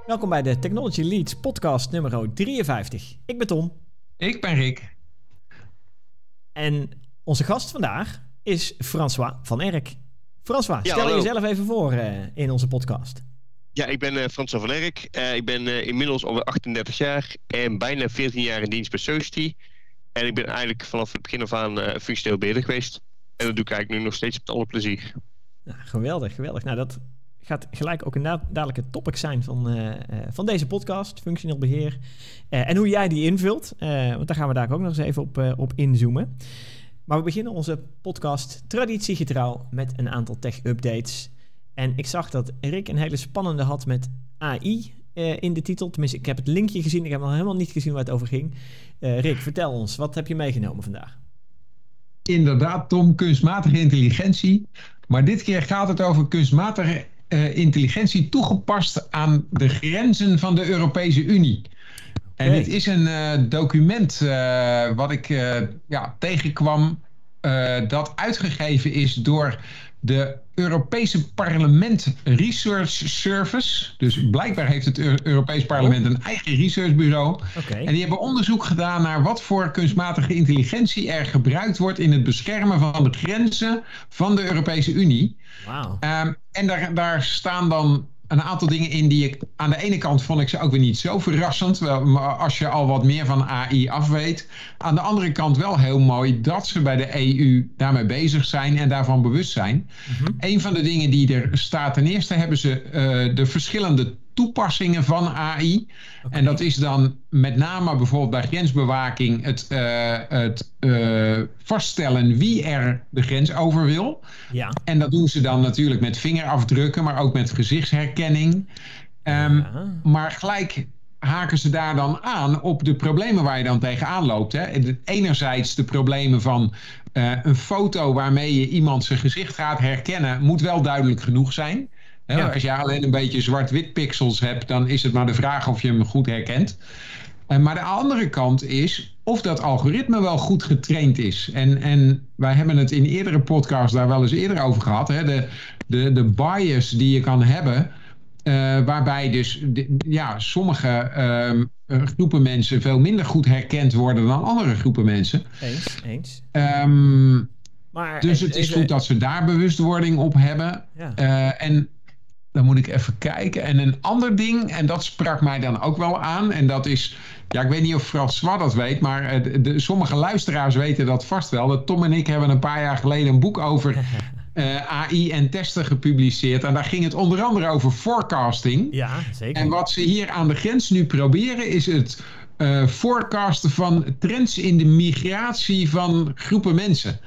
Welkom bij de Technology Leads podcast nummer 53. Ik ben Tom. Ik ben Rick. En onze gast vandaag is François van Erck. François, stel hallo. jezelf even voor in onze podcast. Ja, ik ben François van Erck. Ik ben inmiddels alweer 38 jaar en bijna 14 jaar in dienst bij Society. En ik ben eigenlijk vanaf het begin af aan functioneel beheerder geweest. En dat doe ik eigenlijk nu nog steeds met alle plezier. Nou, geweldig. Nou, dat gaat gelijk ook een dadelijke topic zijn van deze podcast, functioneel beheer. En hoe jij die invult, want daar gaan we daar ook nog eens even op inzoomen. Maar we beginnen onze podcast traditiegetrouw met een aantal tech-updates. En ik zag dat Rick een hele spannende had met AI in de titel. Tenminste, ik heb het linkje gezien. Ik heb nog helemaal niet gezien waar het over ging. Rick, vertel ons, wat heb je meegenomen vandaag? Inderdaad, Tom, kunstmatige intelligentie. Maar dit keer gaat het over kunstmatige intelligentie toegepast aan de grenzen van de Europese Unie. En dit is een document wat ik tegenkwam dat uitgegeven is door de Europese Parlement Research Service. Dus blijkbaar heeft het Europees Parlement een eigen researchbureau. Okay. En die hebben onderzoek gedaan naar wat voor kunstmatige intelligentie er gebruikt wordt in het beschermen van de grenzen van de Europese Unie. Wow. En daar staan dan een aantal dingen in die ik... Aan de ene kant vond ik ze ook weer niet zo verrassend. Als je al wat meer van AI af weet. Aan de andere kant wel heel mooi dat ze bij de EU daarmee bezig zijn en daarvan bewust zijn. Mm-hmm. Een van de dingen die er staat... Ten eerste hebben ze de verschillende toepassingen van AI. Okay. En dat is dan met name bijvoorbeeld bij grensbewaking het vaststellen wie er de grens over wil. Ja. En dat doen ze dan natuurlijk met vingerafdrukken, maar ook met gezichtsherkenning. Maar gelijk haken ze daar dan aan op de problemen waar je dan tegenaan loopt. Hè. Enerzijds de problemen van een foto waarmee je iemand zijn gezicht gaat herkennen, moet wel duidelijk genoeg zijn. Ja. Als je alleen een beetje zwart-wit pixels hebt, dan is het maar de vraag of je hem goed herkent. Maar de andere kant is of dat algoritme wel goed getraind is. En wij hebben het in eerdere podcasts daar wel eens eerder over gehad. Hè? De bias die je kan hebben, waarbij dus sommige groepen mensen veel minder goed herkend worden dan andere groepen mensen. Eens. Maar dus het is goed dat ze daar bewustwording op hebben. Ja. En dan moet ik even kijken. En een ander ding, en dat sprak mij dan ook wel aan. En dat is, ik weet niet of François dat weet, maar sommige luisteraars weten dat vast wel. Dat Tom en ik hebben een paar jaar geleden een boek over AI en testen gepubliceerd. En daar ging het onder andere over forecasting. Ja, zeker. En wat ze hier aan de grens nu proberen is het forecasten van trends in de migratie van groepen mensen.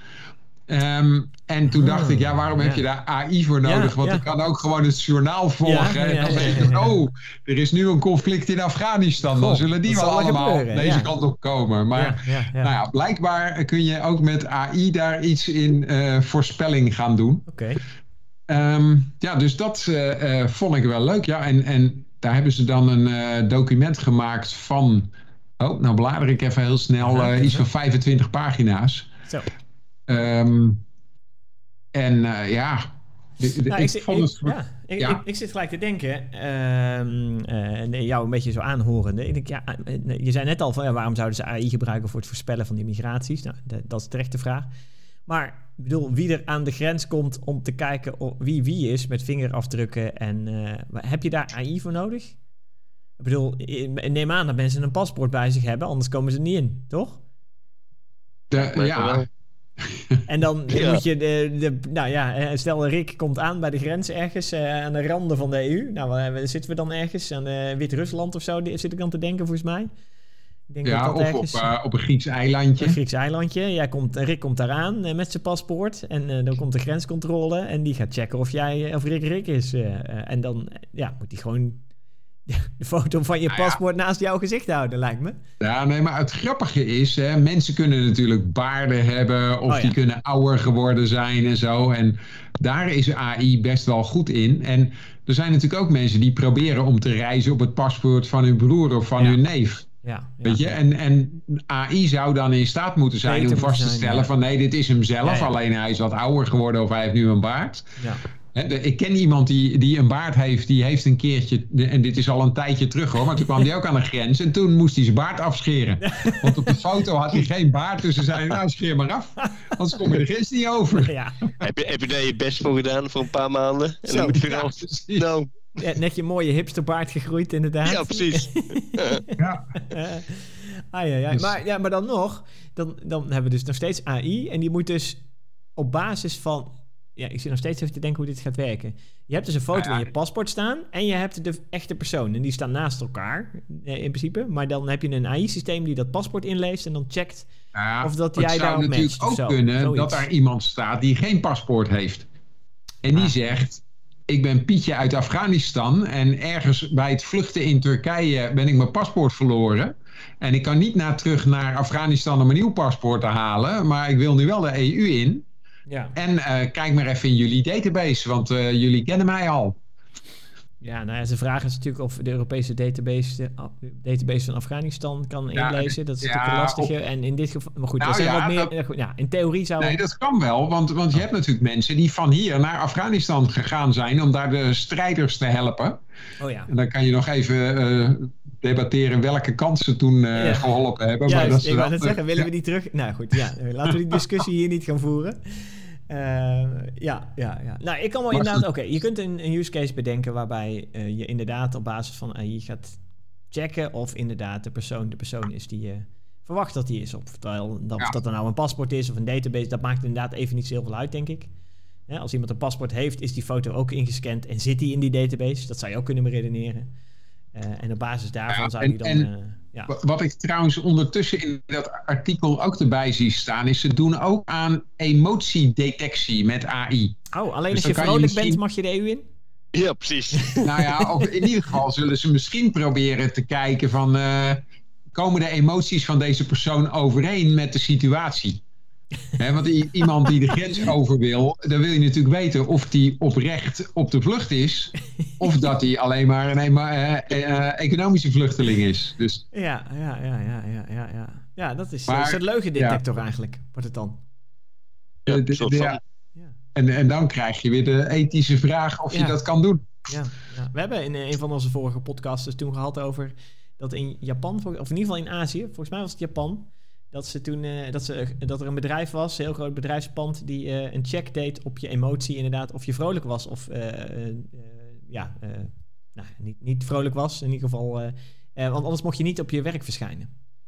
En toen dacht ik, waarom heb je daar AI voor nodig? Want ik kan ook gewoon het journaal volgen. En dan weet ik, er is nu een conflict in Afghanistan. Dan zullen die wel allemaal deze kant op komen. Maar blijkbaar kun je ook met AI daar iets in voorspelling gaan doen. Okay. Dus dat vond ik wel leuk. Ja, en daar hebben ze dan een document gemaakt van... nou blader ik even heel snel. Iets van 25 pagina's. Zo. Ik zit gelijk te denken, jou een beetje zo aanhorende. Ik denk, je zei net al van waarom zouden ze AI gebruiken voor het voorspellen van die migraties? Nou, dat is terecht de vraag. Maar ik bedoel, wie er aan de grens komt om te kijken wie is met vingerafdrukken en heb je daar AI voor nodig? Ik bedoel, neem aan dat mensen een paspoort bij zich hebben, anders komen ze niet in, toch? En dan moet je stel Rick komt aan bij de grens ergens aan de randen van de EU. Nou, zitten we dan ergens aan Wit-Rusland of zo? Zit ik dan te denken volgens mij? Ik denk of ergens, op een Grieks eilandje. Een Grieks eilandje. Rick komt daaraan met zijn paspoort. En dan komt de grenscontrole en die gaat checken of Rick is. En dan moet hij gewoon de foto van je paspoort naast jouw gezicht houden, lijkt me. Ja, nee, maar het grappige is, mensen kunnen natuurlijk baarden hebben of die kunnen ouder geworden zijn en zo. En daar is AI best wel goed in. En er zijn natuurlijk ook mensen die proberen om te reizen op het paspoort van hun broer of van hun neef. Weet je? En AI zou dan in staat moeten zijn om vast te stellen van nee, dit is hem zelf. Alleen hij is wat ouder geworden of hij heeft nu een baard. Ik ken iemand die een baard heeft. Die heeft een keertje, en dit is al een tijdje terug hoor, maar toen kwam hij ook aan de grens. En toen moest hij zijn baard afscheren. Want op de foto had hij geen baard. Dus ze zeiden, nou scheer maar af. Anders kom je de grens niet over. Ja. Heb je daar je best voor gedaan voor een paar maanden? En Zo, dan moet je weer ja, af. precies. Nou, Ja, net je mooie hipsterbaard gegroeid, inderdaad. ja, precies. Ja. Maar dan nog, dan hebben we dus nog steeds AI. En die moet dus op basis van... Ja, ik zit nog steeds even te denken hoe dit gaat werken. Je hebt dus een foto in je paspoort staan en je hebt de echte persoon. En die staan naast elkaar, in principe. Maar dan heb je een AI-systeem die dat paspoort inleest en dan checkt of dat jij daarop matcht. Het zou natuurlijk ook kunnen dat daar iemand staat die geen paspoort heeft. En die zegt... Ik ben Pietje uit Afghanistan en ergens bij het vluchten in Turkije ben ik mijn paspoort verloren. En ik kan niet terug naar Afghanistan om een nieuw paspoort te halen, maar ik wil nu wel de EU in. Ja. En kijk maar even in jullie database, want jullie kennen mij al. Ja, nou ja, ze vragen dus natuurlijk of de Europese database van Afghanistan kan inlezen. Dat is natuurlijk een lastige. En in dit geval, maar goed, er zijn wat meer. In theorie zou. Nee, dat kan wel, want je hebt natuurlijk mensen die van hier naar Afghanistan gegaan zijn om daar de strijders te helpen. Oh ja. En dan kan je nog even debatteren welke kant ze toen geholpen hebben. Ja, maar ik wou net zeggen, willen we die terug? Nou goed, laten we die discussie hier niet gaan voeren. Ja. Nou, ik kan wel inderdaad... Oké, je kunt een use case bedenken waarbij je inderdaad op basis van AI gaat checken of inderdaad de persoon is die je verwacht dat die is. Of dat er nou een paspoort is of een database, dat maakt inderdaad even niet zo heel veel uit, denk ik. Ja, als iemand een paspoort heeft, is die foto ook ingescand en zit die in die database. Dat zou je ook kunnen beredeneren. En op basis daarvan zou die dan... Wat ik trouwens ondertussen in dat artikel ook erbij zie staan, is ze doen ook aan emotiedetectie met AI. Oh, alleen dus als je vrolijk bent, mag je de EU in? Ja, precies. Nou ja, of in ieder geval zullen ze misschien proberen te kijken van... komen de emoties van deze persoon overeen met de situatie? Want iemand die de grens over wil, dan wil je natuurlijk weten of die oprecht op de vlucht is, of dat hij alleen maar een economische vluchteling is. Dus. Ja, dat is een soort leugendetector eigenlijk, wordt het dan. En dan krijg je weer de ethische vraag of je dat kan doen. Ja. We hebben in een van onze vorige podcasts dus toen gehad over dat in Japan, of in ieder geval in Azië, volgens mij was het Japan, dat ze toen dat er een bedrijf was, een heel groot bedrijfspand, die een check deed op je emotie, inderdaad, of je vrolijk was of niet vrolijk was, in ieder geval, want anders mocht je niet op je werk verschijnen.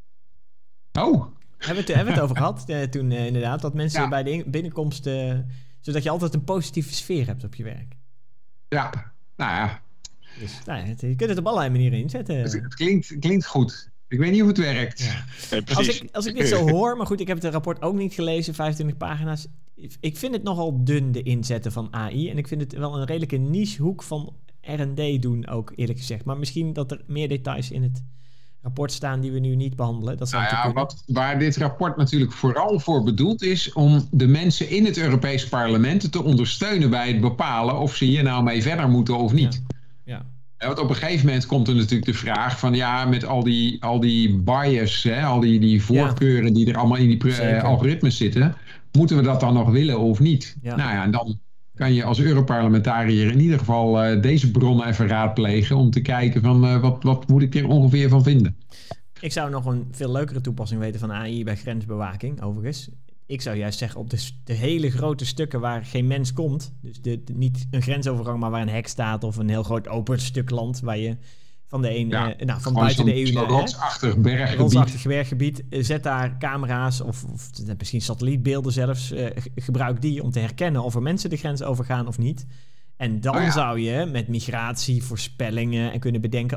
Oh. Hebben we het over gehad toen inderdaad, dat mensen bij de binnenkomst, zodat je altijd een positieve sfeer hebt op je werk. Ja, nou ja. Dus, je kunt het op allerlei manieren inzetten. Het klinkt goed. Ik weet niet hoe het werkt. Ja. Als ik dit zo hoor, maar goed, ik heb het rapport ook niet gelezen, 25 pagina's. Ik vind het nogal dun, de inzetten van AI. En ik vind het wel een redelijke nichehoek van R&D doen ook, eerlijk gezegd. Maar misschien dat er meer details in het rapport staan die we nu niet behandelen. Dat zou waar dit rapport natuurlijk vooral voor bedoeld is, om de mensen in het Europees Parlement te ondersteunen bij het bepalen of ze hier nou mee verder moeten of niet. Ja. Want op een gegeven moment komt er natuurlijk de vraag van met al die bias, al die voorkeuren die er allemaal in die algoritmes zitten, moeten we dat dan nog willen of niet? Ja. Nou ja, en dan kan je als Europarlementariër in ieder geval deze bronnen even raadplegen om te kijken van wat moet ik er ongeveer van vinden. Ik zou nog een veel leukere toepassing weten van AI bij grensbewaking, overigens. Ik zou juist zeggen op de hele grote stukken waar geen mens komt, dus niet een grensovergang, maar waar een hek staat of een heel groot open stuk land waar je van de van buiten de EU naar rotsachtig berggebied, zet daar camera's of misschien satellietbeelden zelfs, gebruik die om te herkennen of er mensen de grens overgaan of niet. En dan zou je met migratievoorspellingen en kunnen bedenken,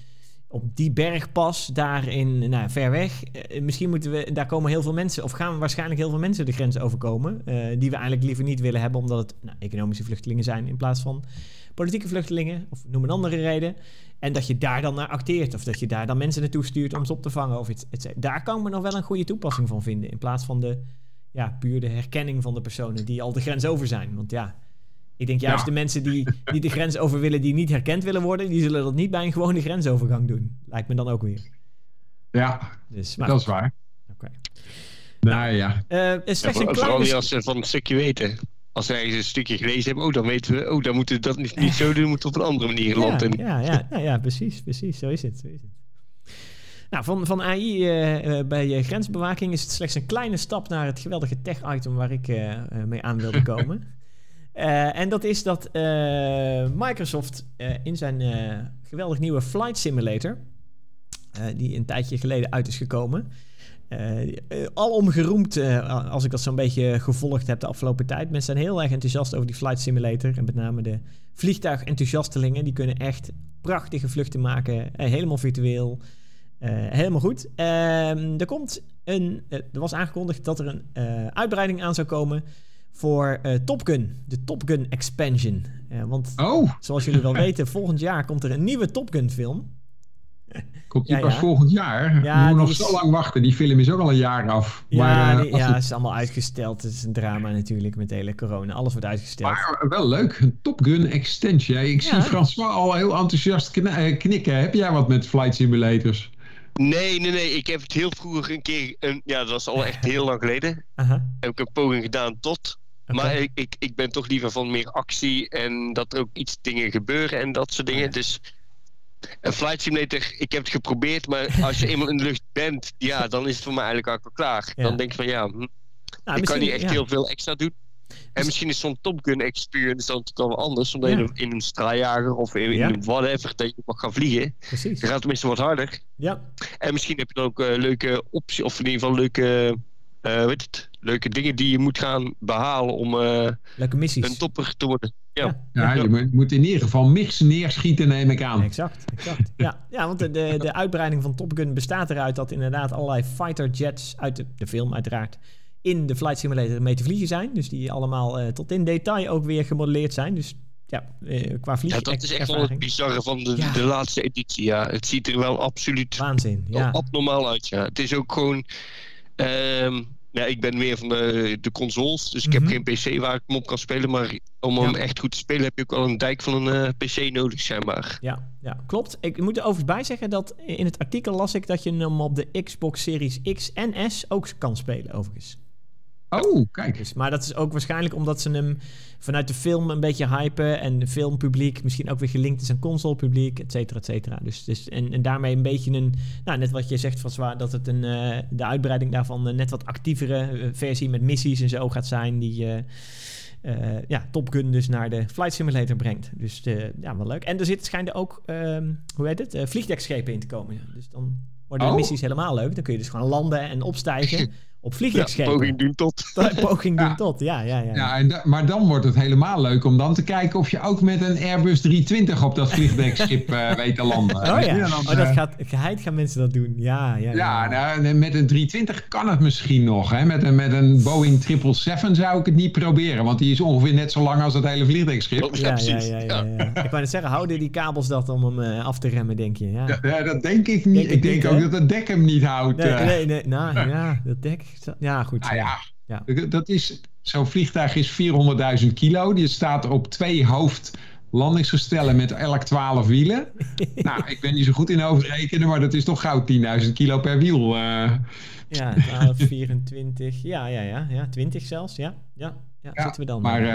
op die bergpas daarin, ver weg, misschien daar komen heel veel mensen, of gaan waarschijnlijk heel veel mensen de grens overkomen, die we eigenlijk liever niet willen hebben, omdat het economische vluchtelingen zijn in plaats van politieke vluchtelingen, of noem een andere reden. En dat je daar dan naar acteert, of dat je daar dan mensen naartoe stuurt om ze op te vangen, of iets. Daar kan ik me nog wel een goede toepassing van vinden, in plaats van puur de herkenning van de personen die al de grens over zijn. Want ik denk juist de mensen die de grens over willen, die niet herkend willen worden, die zullen dat niet bij een gewone grensovergang doen. Lijkt me dan ook weer. Ja, dat is waar. Oké. Nou ja. Vooral niet als ze van een stukje weten. als wij eens een stukje gelezen hebben, dan weten we, dan moeten we dat niet zo doen, moeten we op een andere manier landen. Ja, precies, zo is het. Nou, van AI bij grensbewaking is het slechts een kleine stap naar het geweldige tech-item waar ik mee aan wilde komen. En dat is dat Microsoft in zijn geweldig nieuwe Flight Simulator, die een tijdje geleden uit is gekomen, alom geroemd, als ik dat zo'n beetje gevolgd heb de afgelopen tijd. Mensen zijn heel erg enthousiast over die Flight Simulator. En met name de vliegtuigenthousiastelingen, die kunnen echt prachtige vluchten maken. Helemaal virtueel. Helemaal goed. Er was aangekondigd dat er een uitbreiding aan zou komen voor Top Gun. De Top Gun Expansion. Want zoals jullie wel weten, volgend jaar komt er een nieuwe Top Gun film. Komt die pas volgend jaar? Ja, we moeten nog zo lang wachten. Die film is ook al een jaar af. Ja, het is allemaal uitgesteld. Het is een drama natuurlijk met de hele corona. Alles wordt uitgesteld. Maar wel leuk. Een Top Gun Extension. Ik zie François al heel enthousiast knikken. Heb jij wat met Flight Simulators? Nee. Ik heb het heel vroeger een keer... dat was al echt heel lang geleden. Heb ik een poging gedaan tot... Okay. Maar ik ben toch liever van meer actie en dat er ook iets dingen gebeuren en dat soort dingen. Dus een Flight Simulator, ik heb het geprobeerd, maar als je eenmaal in de lucht bent, dan is het voor mij eigenlijk al klaar. Ja. Dan denk je van ik kan niet echt heel veel extra doen. En misschien is zo'n Top Gun experience dan totaal wel anders, omdat je in een straaljager of in een whatever dat je mag gaan vliegen. Precies. Dan gaat het tenminste wat harder. Ja. En misschien heb je dan ook leuke opties, of in ieder geval leuke dingen die je moet gaan behalen om leuke missies. Een topper te worden. Ja, je moet in ieder geval mix neerschieten, neem ik aan. Exact. Ja, want de uitbreiding van Top Gun bestaat eruit dat inderdaad allerlei fighter jets uit de film uiteraard in de Flight Simulator mee te vliegen zijn. Dus die allemaal tot in detail ook weer gemodelleerd zijn. Dus qua vliegen. Ja, dat is echt wel het bizarre van de laatste editie. Ja, het ziet er wel absoluut waanzin. Abnormaal uit. Ja. Het is ook gewoon... ik ben meer van de consoles, dus ik heb geen PC waar ik hem op kan spelen. Maar om hem echt goed te spelen heb je ook wel een dijk van een PC nodig, schijnbaar. Ja, klopt. Ik moet er overigens bij zeggen dat in het artikel las ik dat je hem op de Xbox Series X en S ook kan spelen, overigens. Oh, kijk. Dus, maar dat is ook waarschijnlijk omdat ze hem vanuit de film een beetje hypen en de filmpubliek misschien ook weer gelinkt is aan consolepubliek, et cetera, et cetera. Dus en daarmee een beetje net wat je zegt, François, dat het de uitbreiding daarvan een net wat actievere versie met missies en zo gaat zijn die Top Gun dus naar de Flight Simulator brengt. Dus wel leuk. En er schijnen ook, vliegdekschepen in te komen. Dus dan worden de missies helemaal leuk. Dan kun je dus gewoon landen en opstijgen. Op vliegdekschepen. Poging doen tot. Maar dan wordt het helemaal leuk om dan te kijken of je ook met een Airbus 320 op dat vliegdekschip weet te landen. Geheid gaan mensen dat doen. Ja. Met een 320 kan het misschien nog. Hè? Met een Boeing 777 zou ik het niet proberen, want die is ongeveer net zo lang als het hele vliegdekschip. Ja. Ik wou net zeggen, houden die kabels dat om hem af te remmen, denk je? Ja, dat denk ik niet. Ik denk ook dat het dek hem niet houdt. Nee. Dat dek... Ja, goed. Dat is... Zo'n vliegtuig is 400.000 kilo. Die staat op 2 hoofdlandingsgestellen met elk 12 wielen. Ik ben niet zo goed in hoofdrekenen, maar dat is toch gauw 10.000 kilo per wiel. 12, 24. Ja, 20 zelfs. Ja, zitten we dan. Maar...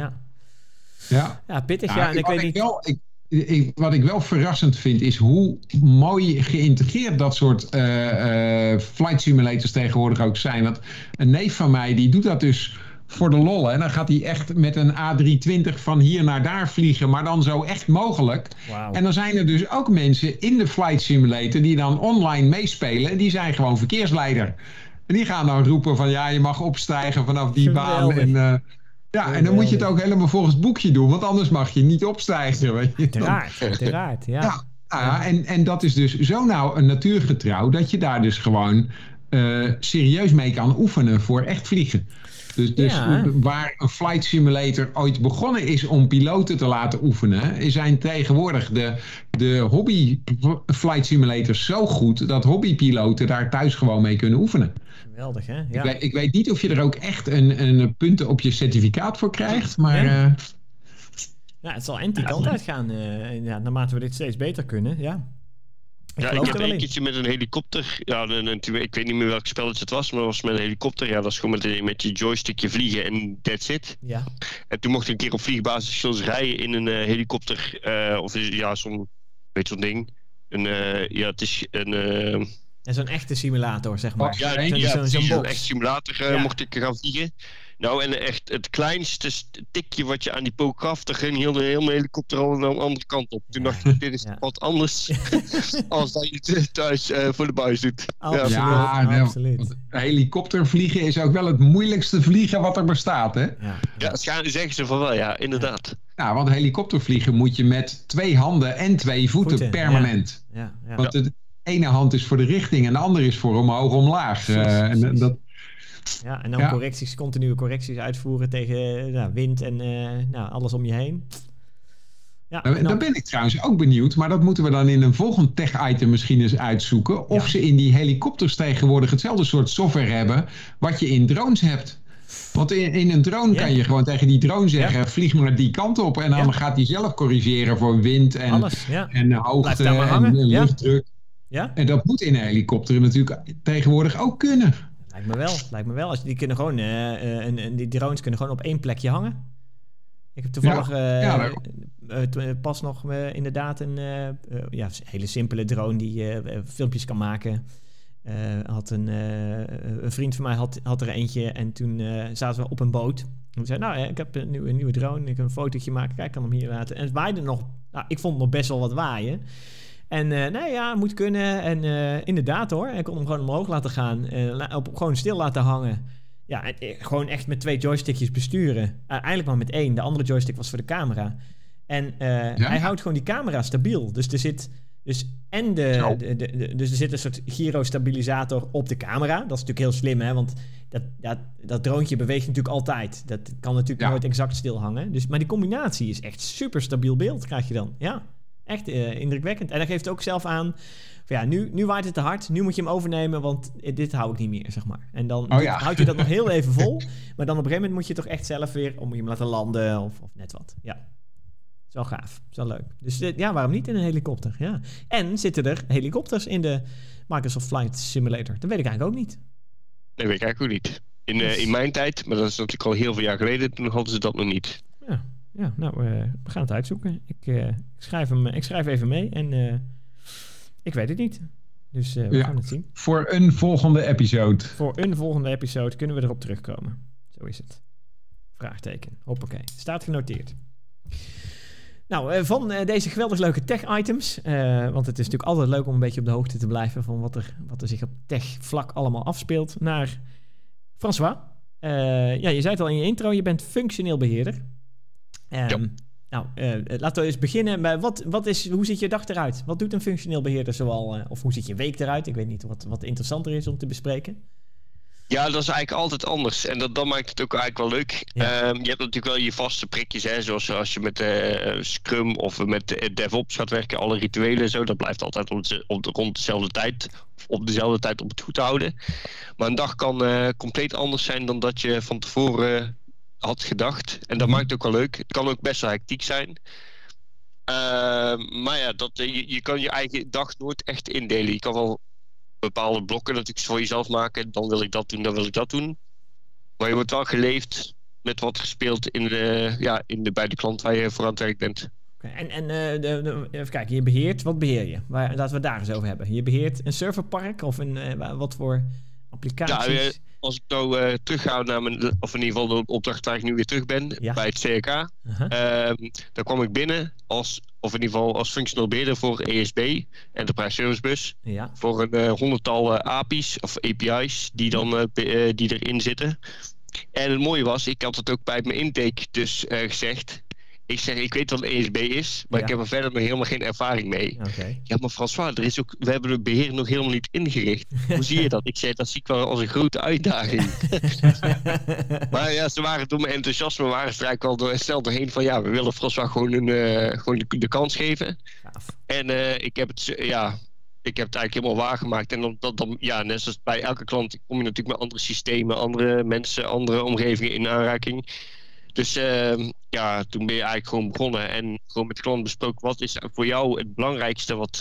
pittig. En ik weet niet... Wat ik wel verrassend vind is hoe mooi geïntegreerd dat soort flight simulators tegenwoordig ook zijn. Want een neef van mij die doet dat dus voor de lol. En dan gaat hij echt met een A320 van hier naar daar vliegen, maar dan zo echt mogelijk. Wow. En dan zijn er dus ook mensen in de flight simulator die dan online meespelen. En die zijn gewoon verkeersleider. En die gaan dan roepen van je mag opstijgen vanaf die baan. En en dan moet je het ook helemaal volgens het boekje doen, want anders mag je niet opstijgen. Weet je? Uiteraard, ja. En dat is dus zo een natuurgetrouw dat je daar dus gewoon serieus mee kan oefenen voor echt vliegen. Dus waar een flight simulator ooit begonnen is om piloten te laten oefenen, zijn tegenwoordig de hobby flight simulators zo goed dat hobbypiloten daar thuis gewoon mee kunnen oefenen. Geweldig, hè? Ja. Ik weet niet of je er ook echt een punten op je certificaat voor krijgt, maar... het zal en die kant uit gaan, naarmate we dit steeds beter kunnen, ja. Ik heb een keertje met een helikopter. Ja, ik weet niet meer welk spelletje het was, maar het was met een helikopter. Ja, dat is gewoon met je joystickje vliegen en that's it. Ja. En toen mocht ik een keer op vliegbasis rijden in een helikopter. Of ja, zo'n ding. Het is een... En zo'n echte simulator, zeg maar. Zo'n echt simulator mocht ik gaan vliegen. Nou, en echt het kleinste tikje wat je aan die pook gaf, daar ging heel de helikopter al aan de andere kant op. Toen dacht ik, dit is wat anders als dat je het thuis voor de buis doet. Absoluut. Helikoptervliegen is ook wel het moeilijkste vliegen wat er bestaat, hè? Ja, zeggen ze van wel, ja, inderdaad. Nou, want helikoptervliegen moet je met 2 handen en 2 voeten permanent. Ja. Want de ene hand is voor de richting en de andere is voor omhoog-omlaag. En dan continue correcties uitvoeren tegen wind en alles om je heen. Ja, dan ben ik trouwens ook benieuwd, maar dat moeten we dan in een volgend tech-item misschien eens uitzoeken. Of ze in die helikopters tegenwoordig hetzelfde soort software hebben wat je in drones hebt. Want in een drone kan je gewoon tegen die drone zeggen, vlieg maar die kant op. En dan gaat die zelf corrigeren voor wind en hoogte en luchtdruk. Ja? En dat moet in een helikopter natuurlijk tegenwoordig ook kunnen. Lijkt me wel. Die kunnen gewoon, die drones kunnen gewoon op 1 plekje hangen. Ik heb toevallig pas nog inderdaad een hele simpele drone die filmpjes kan maken. Een vriend van mij had er eentje en toen zaten we op een boot. En zei, ik heb een nieuwe drone, ik kan een fotootje maken, kijk, ik kan hem hier laten. En het waaide nog, ik vond het nog best wel wat waaien. En moet kunnen. En inderdaad hoor, ik kon hem gewoon omhoog laten gaan. Gewoon stil laten hangen. Ja, gewoon echt met 2 joystickjes besturen. Eigenlijk maar met 1. De andere joystick was voor de camera. En hij houdt gewoon die camera stabiel. Dus er zit... Dus er zit een soort gyrostabilisator op de camera. Dat is natuurlijk heel slim, hè? Want dat droontje beweegt natuurlijk altijd. Dat kan natuurlijk nooit exact stil hangen. Maar die combinatie is echt super stabiel beeld, krijg je dan. Ja, echt indrukwekkend. En hij geeft ook zelf aan... Van nu waait het te hard. Nu moet je hem overnemen, want dit hou ik niet meer, zeg maar. En dan houd je dat nog heel even vol. Maar dan op een gegeven moment moet je toch echt zelf weer... Om je hem laten landen of net wat. Ja. Is wel gaaf. Is wel leuk. Dus waarom niet in een helikopter? Ja. En zitten er helikopters in de Microsoft Flight Simulator? Dat weet ik eigenlijk ook niet. Nee, weet ik eigenlijk ook niet. In mijn tijd, maar dat is natuurlijk al heel veel jaar geleden, toen hadden ze dat nog niet. Ja, nou, we gaan het uitzoeken. Ik schrijf even mee en ik weet het niet. Dus we gaan het zien. Voor een volgende episode. Voor een volgende episode kunnen we erop terugkomen. Zo is het. Vraagteken. Hoppakee. Staat genoteerd. Nou, van deze geweldig leuke tech-items, want het is natuurlijk altijd leuk om een beetje op de hoogte te blijven van wat er zich op tech-vlak allemaal afspeelt, naar François. Je zei het al in je intro, je bent functioneel beheerder. Nou, laten we eens beginnen bij hoe ziet je dag eruit? Wat doet een functioneel beheerder zoal, of hoe ziet je week eruit? Ik weet niet wat interessanter is om te bespreken. Ja, dat is eigenlijk altijd anders. En dat maakt het ook eigenlijk wel leuk. Ja. Je hebt natuurlijk wel je vaste prikjes, hè, zoals als je met Scrum of met DevOps gaat werken, alle rituelen en zo. Dat blijft altijd rond dezelfde tijd. Of op dezelfde tijd om het goed te houden. Maar een dag kan compleet anders zijn dan dat je van tevoren had gedacht. En dat maakt het ook wel leuk. Het kan ook best wel hectiek zijn. Maar ja, je kan je eigen dag nooit echt indelen. Je kan wel bepaalde blokken natuurlijk voor jezelf maken. Dan wil ik dat doen, dan wil ik dat doen. Maar je wordt wel geleefd met wat gespeeld bij de klant waar je voor aan het werk bent. Okay, even kijken, je beheert, wat beheer je? Laten we het daar eens over hebben. Je beheert een serverpark of wat voor applicaties? Ja, als ik nou terug ga naar of in ieder geval de opdracht waar ik nu weer terug ben, bij het CRK. Dan kwam ik binnen als functional beheerder voor ESB, Enterprise Service Bus. Ja. Voor een 100-tal API's of API's die erin zitten. En het mooie was, ik had het ook bij mijn intake dus gezegd. Ik weet wat een ESB is, maar ik heb er verder nog helemaal geen ervaring mee. Okay. Ja, maar François, we hebben het beheer nog helemaal niet ingericht. Hoe zie je dat? Ik zei, dat zie ik wel als een grote uitdaging. Maar ja, ze waren door mijn enthousiasme, ze eigenlijk wel snel doorheen van we willen François gewoon de kans geven. Gaaf. En ik heb het eigenlijk helemaal waargemaakt. En net zoals bij elke klant kom je natuurlijk met andere systemen, andere mensen, andere omgevingen in aanraking. Dus toen ben je eigenlijk gewoon begonnen en gewoon met de klant besproken, wat is voor jou het belangrijkste wat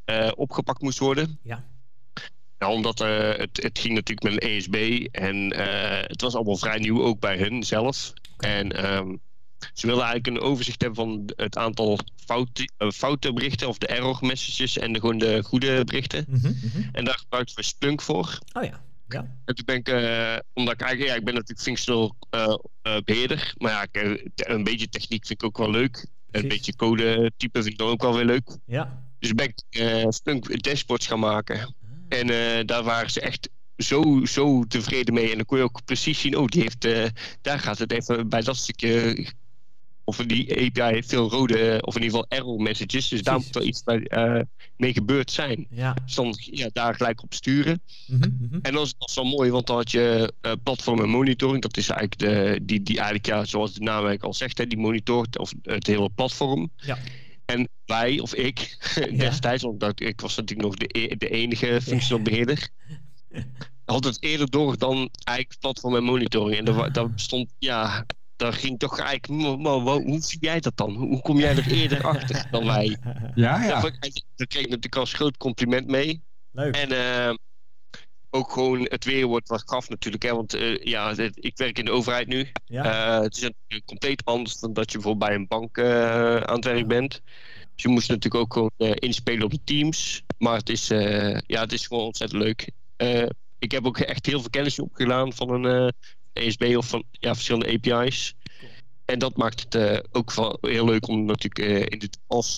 opgepakt moest worden. Ja. Nou, omdat het ging natuurlijk met een ESB en het was allemaal vrij nieuw ook bij hun zelf. En ze wilden eigenlijk een overzicht hebben van het aantal foute berichten of de error messages en gewoon de goede berichten. En daar gebruikten we Splunk voor. Oh ja. Ja. En toen ben ik, omdat ik eigenlijk, ik ben natuurlijk functional beheerder, maar een beetje techniek vind ik ook wel leuk. Precies. Een beetje code typen vind ik dan ook wel weer leuk. Ja. Dus ben ik Splunk dashboards gaan maken. En daar waren ze echt zo tevreden mee. En dan kon je ook precies zien, daar gaat het even bij dat stukje. Of die API heeft veel rode, of in ieder geval error messages. Dus daar moet wel iets mee gebeurd zijn. Ja. Dus dan daar gelijk op sturen. En dat was wel mooi, want dan had je platform en monitoring. Dat is eigenlijk die eigenlijk, zoals de naam eigenlijk al zegt, die monitort of het hele platform. Ja. En wij, of ik, destijds, want ik was natuurlijk nog de enige functional beheerder, had het eerder door dan eigenlijk platform en monitoring. En daar stond, daar ging toch eigenlijk, hoe zie jij dat dan? Hoe kom jij er eerder achter dan wij? Ja. Daar kreeg ik natuurlijk als groot compliment mee. Leuk. En ook gewoon het weerwoord wat gaf natuurlijk. Hè, want ik werk in de overheid nu. Ja. Het is natuurlijk compleet anders dan dat je bijvoorbeeld bij een bank aan het werk bent. Dus je moest natuurlijk ook gewoon inspelen op de teams. Maar het is gewoon ontzettend leuk. Ik heb ook echt heel veel kennis opgedaan van een ESB of van verschillende API's. Cool. En dat maakt het ook wel heel leuk om natuurlijk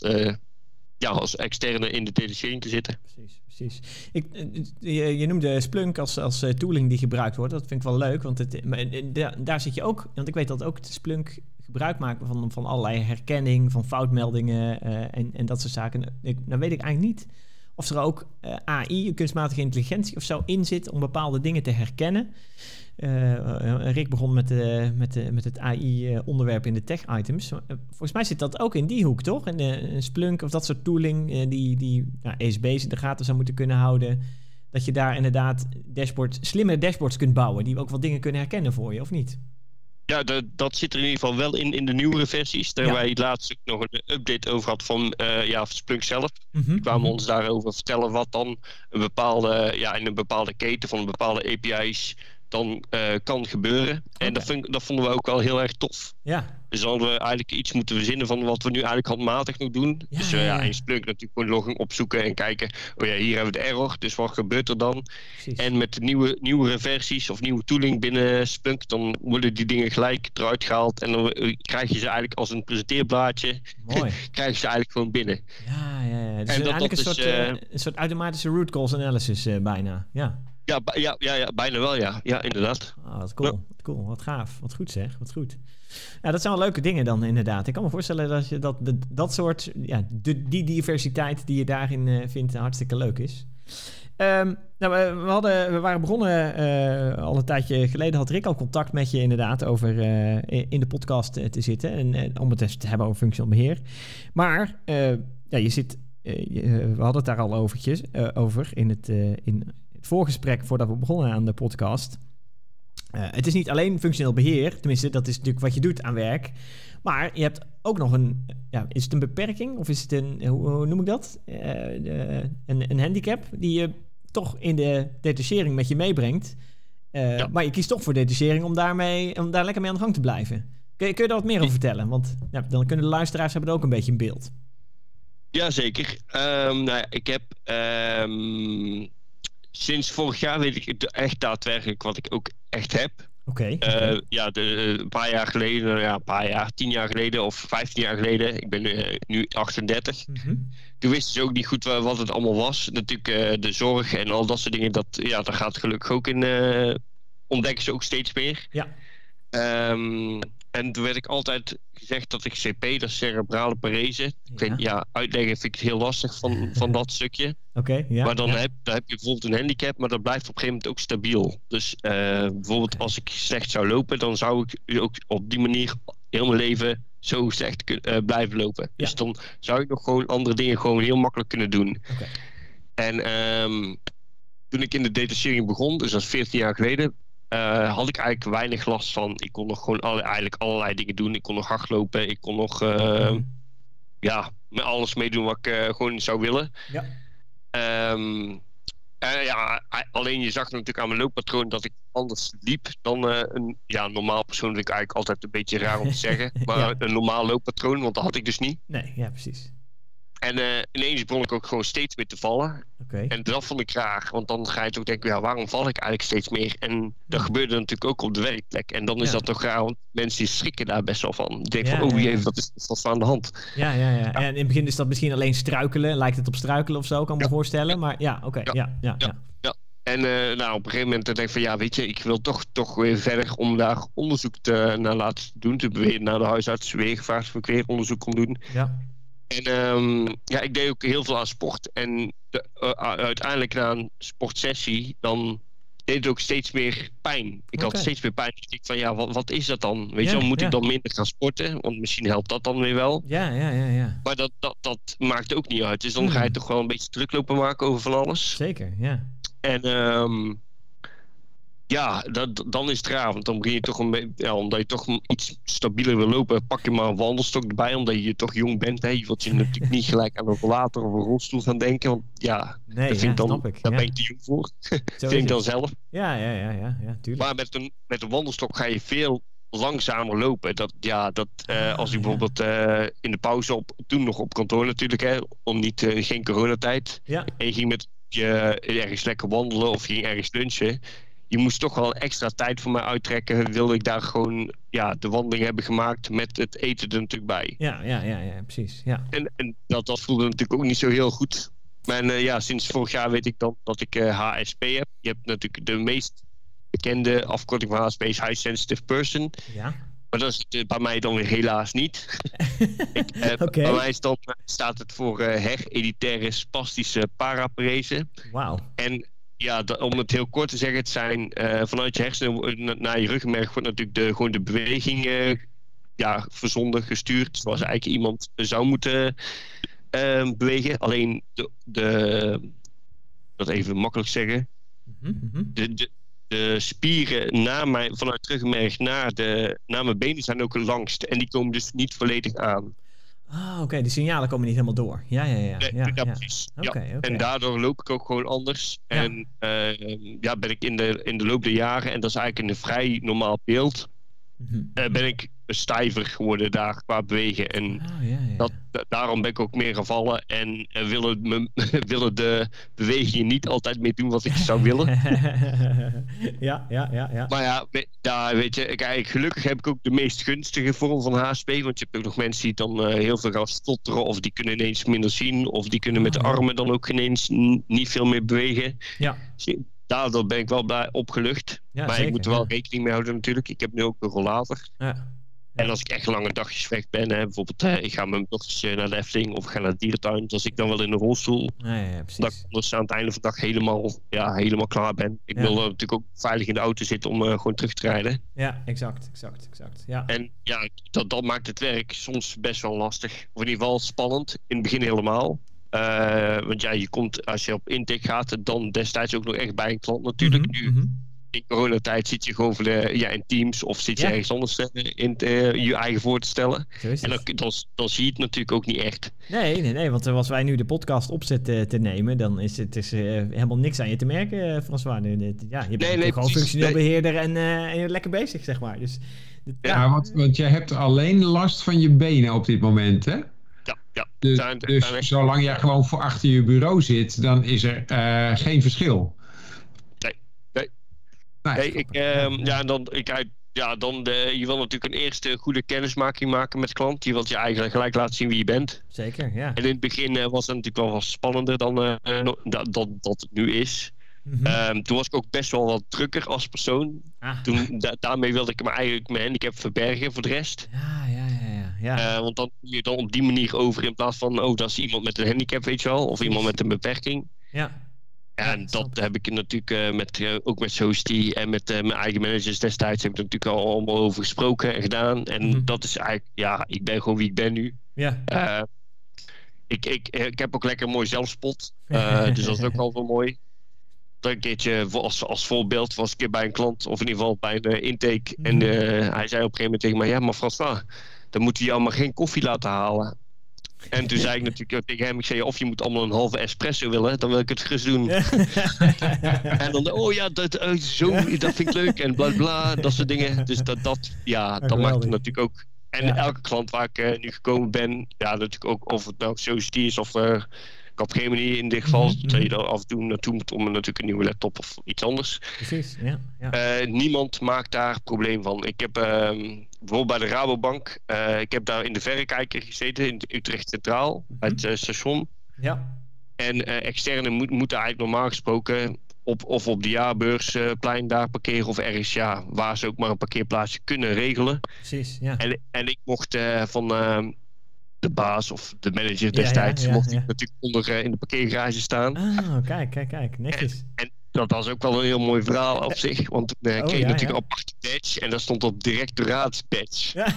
als externe in de detachering te zitten. Precies. Je noemde Splunk als tooling die gebruikt wordt. Dat vind ik wel leuk, want daar zit je ook. Want ik weet dat ook Splunk gebruik maakt van allerlei herkenning, van foutmeldingen en dat soort zaken. Dan weet ik eigenlijk niet of er ook AI, kunstmatige intelligentie of zo, in zit om bepaalde dingen te herkennen. Rick begon met het AI-onderwerp in de tech-items. Volgens mij zit dat ook in die hoek, toch? En Splunk of dat soort tooling die ESB's in de gaten zou moeten kunnen houden. Dat je daar inderdaad slimme dashboards kunt bouwen die ook wel dingen kunnen herkennen voor je, of niet? Ja, dat zit er in ieder geval wel in de nieuwere versies. Daar wij laatst ook nog een update over had van Splunk zelf. Die kwamen ons daarover vertellen wat dan in een bepaalde keten van bepaalde API's dan kan gebeuren. Okay. En dat vonden we ook wel heel erg tof. Ja. Dus dan hadden we eigenlijk iets moeten verzinnen van wat we nu eigenlijk handmatig nog doen. Ja, dus in Splunk natuurlijk gewoon logging opzoeken en kijken. Hier hebben we de error, dus wat gebeurt er dan? Precies. En met de nieuwere versies of nieuwe tooling binnen Splunk, dan worden die dingen gelijk eruit gehaald. En dan krijg je ze eigenlijk als een presenteerblaadje. Mooi. Krijg je ze eigenlijk gewoon binnen. Ja. Dus en eigenlijk een soort automatische root cause analysis bijna. Ja. Ja, bijna wel, ja. Ja, inderdaad. Wat cool. Ja. Wat cool. Wat gaaf. Wat goed zeg. Wat goed. Ja, dat zijn wel leuke dingen dan inderdaad. Ik kan me voorstellen dat je dat soort, die diversiteit die je daarin vindt hartstikke leuk is. We waren begonnen al een tijdje geleden. Had Rick al contact met je inderdaad over in de podcast te zitten. En om het eens te hebben over functional beheer. Maar je zit... we hadden het daar al over in het voorgesprek voordat we begonnen aan de podcast. Het is niet alleen functioneel beheer, tenminste dat is natuurlijk wat je doet aan werk, maar je hebt ook nog is het een beperking of is het hoe noem ik dat? Een handicap die je toch in de detachering met je meebrengt. Maar je kiest toch voor detachering om daar lekker mee aan de gang te blijven. Kun je daar wat meer over vertellen? Want dan kunnen de luisteraars hebben er ook een beetje een beeld. Jazeker. Ik heb sinds vorig jaar weet ik echt daadwerkelijk wat ik ook echt heb. Oké. Een paar jaar geleden, 10 jaar geleden of 15 jaar geleden. Ik ben nu 38. Toen wisten ze ook niet goed wat het allemaal was. Natuurlijk de zorg en al dat soort dingen. Daar gaat gelukkig ook in. Ontdekken ze ook steeds meer. Ja. En toen werd ik altijd gezegd dat ik CP, dat is cerebrale parese. Uitleggen vind ik het heel lastig van dat stukje. Okay, maar dan heb je bijvoorbeeld een handicap, maar dat blijft op een gegeven moment ook stabiel. Dus bijvoorbeeld als ik slecht zou lopen, dan zou ik ook op die manier heel mijn leven zo slecht blijven lopen. Ja. Dus dan zou ik nog gewoon andere dingen gewoon heel makkelijk kunnen doen. Okay. En toen ik in de detachering begon, dus dat is 14 jaar geleden, had ik eigenlijk weinig last van. Ik kon nog gewoon allerlei dingen doen. Ik kon nog hardlopen. Ik kon nog met alles meedoen wat ik gewoon zou willen. Ja. Alleen je zag natuurlijk aan mijn looppatroon dat ik anders liep dan een normaal persoon. Vind ik eigenlijk altijd een beetje raar om te zeggen. Maar een normaal looppatroon, want dat had ik dus niet. Nee, ja, precies. En ineens begon ik ook gewoon steeds meer te vallen. Okay. En dat vond ik raar. Want dan ga je toch denken, waarom val ik eigenlijk steeds meer? En dat gebeurde natuurlijk ook op de werkplek. En dan is dat toch raar, want mensen die schrikken daar best wel van. Die denken wat is aan de hand? Ja. En in het begin is dat misschien alleen struikelen. Lijkt het op struikelen of zo, kan ik me voorstellen. Maar ja. En op een gegeven moment denk ik van, weet je, ik wil toch weer verder om daar onderzoek naar laten doen. Te bewegen naar de huisarts, weer gevraagd of ik weer onderzoek kon doen. Ja. En ik deed ook heel veel aan sport. En uiteindelijk na een sportsessie, dan deed het ook steeds meer pijn. Ik had steeds meer pijn. Dus ik dacht van, wat is dat dan? Weet je wel, moet ik dan minder gaan sporten? Want misschien helpt dat dan weer wel. Ja. Maar dat maakt ook niet uit. Dus dan ga je toch wel een beetje druk lopen maken over van alles. Zeker, ja. En dan is het raar. Want dan begin je toch omdat je toch iets stabieler wil lopen, pak je maar een wandelstok erbij, omdat je toch jong bent. Hè. Je wilt je natuurlijk niet gelijk aan een rollator of een rolstoel gaan denken. Want daar ben ik te jong voor. Vind ik dan zelf. Ja, tuurlijk. Maar met een wandelstok ga je veel langzamer lopen. Als ik bijvoorbeeld in de pauze toen nog op kantoor natuurlijk, hè, geen coronatijd. Ja. En je ging met je ergens lekker wandelen of je ging ergens lunchen. Je moest toch wel extra tijd voor mij uittrekken. Wilde ik daar gewoon de wandeling hebben gemaakt met het eten er natuurlijk bij. Ja, precies. Ja. En dat voelde natuurlijk ook niet zo heel goed. Maar sinds vorig jaar weet ik dan dat ik HSP heb. Je hebt natuurlijk de meest bekende afkorting van HSP is High Sensitive Person. Ja. Maar dat is het bij mij dan weer helaas niet. Bij mij staat het voor hereditaire spastische paraparese. Wauw. En om het heel kort te zeggen, het zijn vanuit je hersenen naar je ruggenmerg wordt natuurlijk gewoon de beweging verzonden, gestuurd, zoals eigenlijk iemand zou moeten bewegen. Alleen dat even makkelijk zeggen, de spieren vanuit het ruggenmerg naar mijn benen zijn ook het langst en die komen dus niet volledig aan. Oké, de signalen komen niet helemaal door. Ja, precies. Okay. En daardoor loop ik ook gewoon anders. Ja. En ben ik in de loop der jaren, en dat is eigenlijk een vrij normaal beeld, ben ik stijver geworden daar qua bewegen. En daarom ben ik ook meer gevallen en willen de bewegingen niet altijd meer doen wat ik zou willen. Ja. Maar weet je, kijk, gelukkig heb ik ook de meest gunstige vorm van HSP, want je hebt ook nog mensen die dan heel veel gaan stotteren, of die kunnen ineens minder zien, of die kunnen met de armen dan ook ineens niet veel meer bewegen. Ja. Daardoor ben ik wel blij opgelucht. Maar zeker, ik moet er wel rekening mee houden natuurlijk. Ik heb nu ook een rollator. Ja. En als ik echt lange dagjes weg ben, bijvoorbeeld ik ga met mijn dochters naar de Efteling of ik ga naar de dierentuin, dan zit ik dan wel in een rolstoel. Dat ik anders aan het einde van de dag helemaal klaar ben. Ik wil natuurlijk ook veilig in de auto zitten om gewoon terug te rijden. Ja, exact. Ja. En dat maakt het werk soms best wel lastig. Of in ieder geval spannend. In het begin helemaal. Want je komt, als je op intake gaat, dan destijds ook nog echt bij een klant natuurlijk. Nu in coronatijd zit je gewoon in Teams of zit je ergens anders je eigen voor te stellen. En dan zie je het natuurlijk ook niet echt. Nee, want als wij nu de podcast opzetten te nemen, dan is het helemaal niks aan je te merken, François. Je bent gewoon functioneel beheerder en je lekker bezig, zeg maar. Dus, want jij hebt alleen last van je benen op dit moment, hè? Ja. Dus zolang jij gewoon voor achter je bureau zit, dan is er geen verschil. Je wil natuurlijk een eerste goede kennismaking maken met de klant. Je wilt je eigenlijk gelijk laten zien wie je bent. Zeker, ja. En in het begin was het natuurlijk wel wat spannender dan dat het nu is. Toen was ik ook best wel wat drukker als persoon. Daarmee wilde ik mijn handicap verbergen voor de rest. Ja. Want dan kun je dan op die manier over in plaats van, dat is iemand met een handicap, weet je wel. Of iemand met een beperking. Ja. En dat heb ik natuurlijk ook met Sosti en met mijn eigen managers destijds heb ik natuurlijk al allemaal over gesproken en gedaan. En dat is eigenlijk, ik ben gewoon wie ik ben nu. Ja. Ik heb ook lekker een mooi zelfspot. Dus dat is ook al wel mooi. Dat een keertje, als voorbeeld, was ik een keer bij een klant, of in ieder geval bij een intake. En hij zei op een gegeven moment tegen mij, maar François, dan moeten we jou maar geen koffie laten halen. En toen zei ik natuurlijk tegen hem, ik zei, of je moet allemaal een halve espresso willen, dan wil ik het gerust doen. En dan, dat vind ik leuk en bla bla, dat soort dingen. Dus dat maakt het natuurlijk ook. En elke klant waar ik nu gekomen ben, ja, natuurlijk ook of het nou Society is of Capgemini in dit geval, dat je er af en toe naartoe moet om natuurlijk een nieuwe laptop of iets anders. Precies, ja. Niemand maakt daar probleem van. Ik heb bijvoorbeeld bij de Rabobank, ik heb daar in de verrekijker gezeten in Utrecht Centraal, bij het station. Ja. En externen moeten eigenlijk normaal gesproken op de jaarbeursplein daar parkeren of ergens waar ze ook maar een parkeerplaatsje kunnen regelen. Precies, ja. En ik mocht van de baas of de manager destijds mocht ik natuurlijk onder in de parkeergarage staan. Kijk, netjes. En dat was ook wel een heel mooi verhaal op zich, want toen kreeg ik natuurlijk een aparte badge en daar stond op directoraatsbadge. Ja.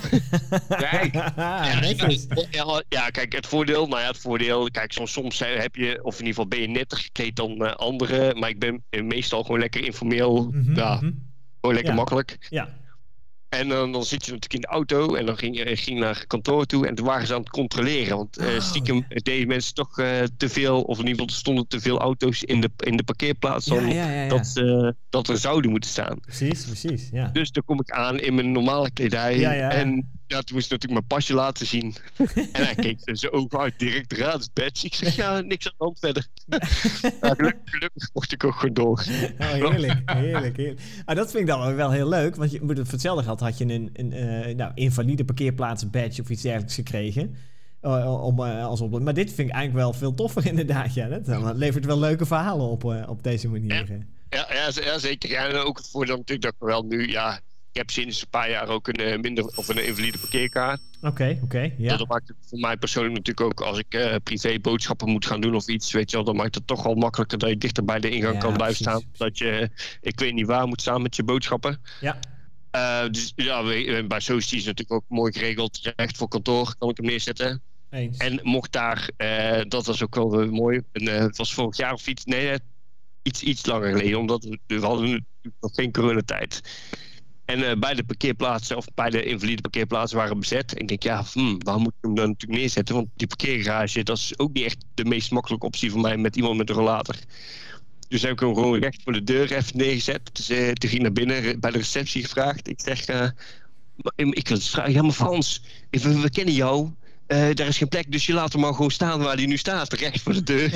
Kijk, het voordeel, kijk, soms heb je, of in ieder geval ben je netter gekleed dan anderen, maar ik ben meestal gewoon lekker informeel, gewoon lekker makkelijk. Ja. En dan zit je natuurlijk in de auto en dan ging naar kantoor toe en toen waren ze aan het controleren. Want stiekem deden mensen toch te veel, of in ieder geval er stonden te veel auto's in de parkeerplaats dat er zouden moeten staan. Precies, ja. Dus dan kom ik aan in mijn normale kledij en toen moest ik natuurlijk mijn pasje laten zien. En hij keek zo ogen uit, directoraatsbadge. Ik zeg, niks aan de hand verder. Gelukkig mocht ik ook gewoon door. Heerlijk. Dat vind ik dan wel heel leuk, want voor hetzelfde geld had je een invalide parkeerplaats badge of iets dergelijks gekregen. Maar dit vind ik eigenlijk wel veel toffer inderdaad. Ja. Dat levert wel leuke verhalen op deze manier. Ja, zeker. Ja, en ook het voordeel natuurlijk dat ik wel nu... Ja, ik heb sinds een paar jaar ook een invalide parkeerkaart. Oké, ja. Dat maakt het voor mij persoonlijk natuurlijk ook als ik privé boodschappen moet gaan doen of iets, weet je wel, dan maakt het toch al makkelijker dat je dichter bij de ingang kan blijven staan. Dat je, ik weet niet waar, moet staan met je boodschappen. Ja. Dus bij Society is het natuurlijk ook mooi geregeld. Recht voor kantoor kan ik hem neerzetten. Eens. En mocht daar, dat was ook wel mooi. Het was vorig jaar of iets langer geleden, omdat we hadden natuurlijk nog geen coronatijd. En bij de parkeerplaatsen of bij de invalide parkeerplaatsen waren bezet. En ik denk, waar moet ik hem dan natuurlijk neerzetten? Want die parkeergarage, dat is ook niet echt de meest makkelijke optie voor mij met iemand met een rollator. Dus heb ik hem gewoon recht voor de deur even neergezet. Dus toen ging ik naar binnen, bij de receptie gevraagd. Ik zeg, ik vraag, maar Frans, we kennen jou. Daar is geen plek, dus je laat hem maar gewoon staan waar hij nu staat, recht voor de deur.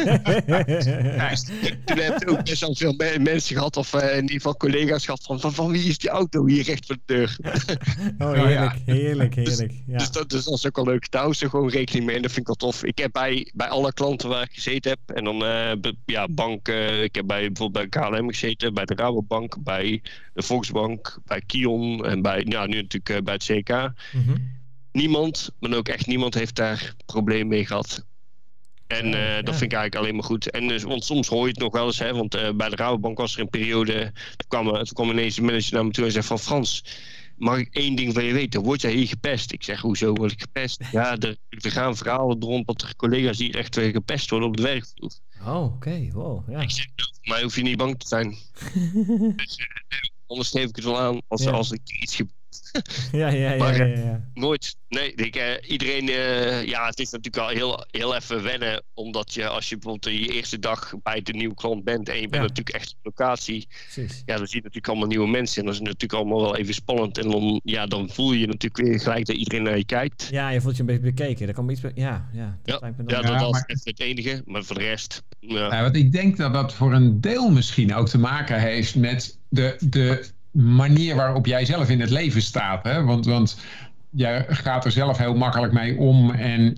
Toen heb ik ook best wel veel mensen gehad, of in ieder geval collega's gehad, van wie is die auto hier recht voor de deur? Heerlijk. Ja. Dus dat is ook wel leuk. Daar houden ze gewoon rekening mee en dat vind ik wel tof. Ik heb bij alle klanten waar ik gezeten heb, en dan bank, ik heb bijvoorbeeld bij KLM gezeten, bij de Rabobank, bij de Volksbank, bij Kion en nu natuurlijk bij het CK. Niemand, maar ook echt niemand heeft daar probleem mee gehad. En dat vind ik eigenlijk alleen maar goed. En dus, want soms hoor je het nog wel eens, want bij de Rabobank was er een periode, toen kwam ineens de manager naar me toe en zei van Frans, mag ik één ding van je weten? Word jij hier gepest? Ik zeg, hoezo word ik gepest? Ja, er gaan verhalen rond dat er collega's hier echt gepest worden op de werkvloer. Oh, oké. Wow, ja. Ik zeg, voor mij hoef je niet bang te zijn. Dus, anders geef ik het wel aan als ik iets gebeurt. Ja. Nooit. Nee, iedereen... het is natuurlijk al heel even wennen. Omdat als je bijvoorbeeld je eerste dag bij de nieuwe klant bent en je bent natuurlijk echt op locatie. Precies. Ja, dan zie je natuurlijk allemaal nieuwe mensen. En dat is natuurlijk allemaal wel even spannend. En dan voel je natuurlijk weer gelijk dat iedereen naar je kijkt. Ja, je voelt je een beetje bekeken. Dat kan iets... Dat was echt het enige. Maar voor de rest... Ja, want ik denk dat voor een deel misschien ook te maken heeft met de manier waarop jij zelf in het leven staat. Hè? Want jij gaat er zelf heel makkelijk mee om en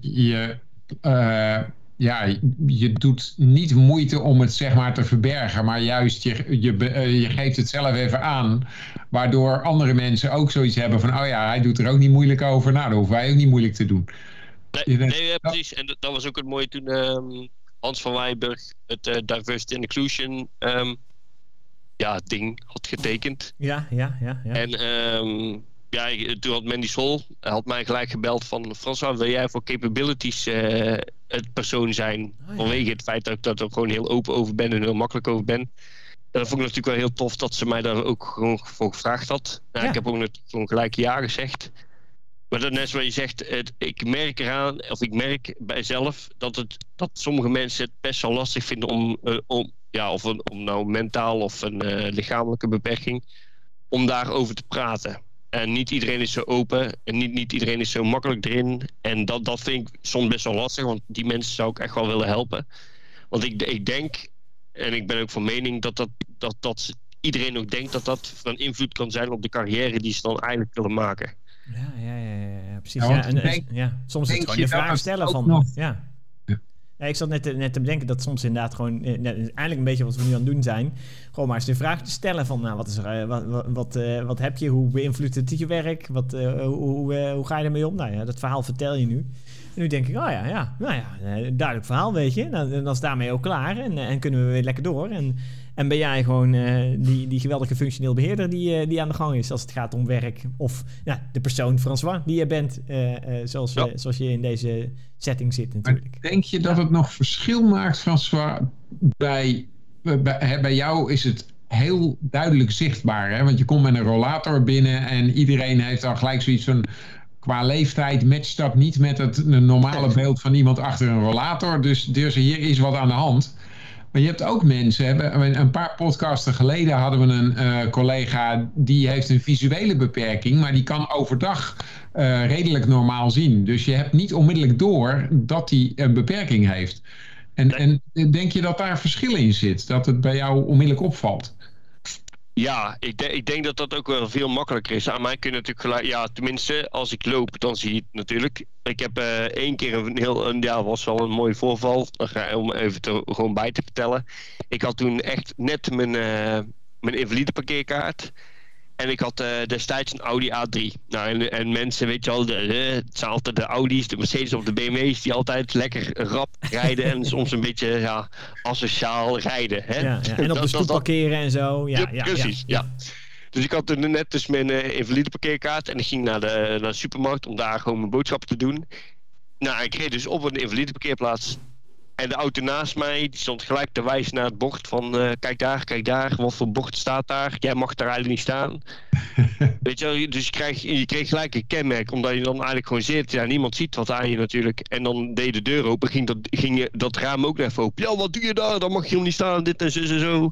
je doet niet moeite om het zeg maar te verbergen, maar juist je geeft het zelf even aan, waardoor andere mensen ook zoiets hebben van, hij doet er ook niet moeilijk over, nou, dan hoeven wij ook niet moeilijk te doen. Nee, precies. En dat was ook het mooie toen Hans van Wijnberg het Diversity and Inclusion ding had getekend. Ja. En toen had Mandy Sol had mij gelijk gebeld van François, wil jij voor capabilities het persoon zijn? Vanwege het feit dat ik daar gewoon heel open over ben en heel makkelijk over ben. Dat vond ik natuurlijk wel heel tof dat ze mij daar ook gewoon voor gevraagd had. Ik heb ook gewoon gelijk ja gezegd. Maar dat net zoals je zegt, ik merk bij mezelf dat sommige mensen het best wel lastig vinden om nou mentaal of een lichamelijke beperking, om daarover te praten. En niet iedereen is zo open en niet iedereen is zo makkelijk erin. En dat vind ik soms best wel lastig, want die mensen zou ik echt wel willen helpen. Want ik denk, en ik ben ook van mening, dat iedereen ook denkt dat van invloed kan zijn op de carrière die ze dan eigenlijk willen maken. Ja, precies. Soms is het gewoon je vraag stellen van... Ja, ik zat net te bedenken dat soms inderdaad gewoon... eigenlijk een beetje wat we nu aan het doen zijn. Gewoon maar eens de vraag te stellen van... Nou, wat is er, wat heb je? Hoe beïnvloedt het je werk? Hoe ga je ermee om? Nou ja, dat verhaal vertel je nu. En nu denk ik, duidelijk verhaal, weet je. Nou, dan is het daarmee ook klaar. En kunnen we weer lekker door. En ben jij gewoon die geweldige functioneel beheerder die aan de gang is als het gaat om werk. Of de persoon François die je bent, zoals je in deze setting zit natuurlijk. Maar denk je dat het nog verschil maakt, François? Bij jou is het heel duidelijk zichtbaar. Hè? Want je komt met een rollator binnen en iedereen heeft dan gelijk zoiets van... Qua leeftijd matcht dat niet met het normale beeld van iemand achter een rollator. Dus hier is wat aan de hand. Maar je hebt ook mensen, een paar podcasten geleden hadden we een collega die heeft een visuele beperking, maar die kan overdag redelijk normaal zien. Dus je hebt niet onmiddellijk door dat hij een beperking heeft. En denk je dat daar verschil in zit? Dat het bij jou onmiddellijk opvalt? Ja, ik denk dat dat ook wel veel makkelijker is. Aan mij kun je natuurlijk gelijk... Ja, tenminste, als ik loop, dan zie je het natuurlijk. Ik heb 1 keer was wel een mooi voorval. Om even gewoon bij te vertellen. Ik had toen echt net mijn invalide parkeerkaart. En ik had destijds een Audi A3. Nou, en mensen, weet je wel, het zijn altijd de Audi's, de Mercedes of de BMW's... die altijd lekker rap rijden en soms een beetje asociaal rijden. Hè? Ja. En op de stoep parkeren en zo. Ja, precies. Dus ik had net mijn invalide parkeerkaart... en ik ging naar de supermarkt om daar gewoon mijn boodschappen te doen. Nou, ik reed dus op een invalide parkeerplaats... En de auto naast mij, die stond gelijk te wijzen naar het bord van... kijk daar, wat voor bord staat daar? Jij mag daar eigenlijk niet staan. Weet je wel, dus je kreeg gelijk een kenmerk... omdat je dan eigenlijk gewoon zit. Ja, niemand ziet wat aan je natuurlijk. En dan deed de deur open, ging dat raam ook even open. Ja, wat doe je daar? Dan mag je helemaal niet staan, dit en zo.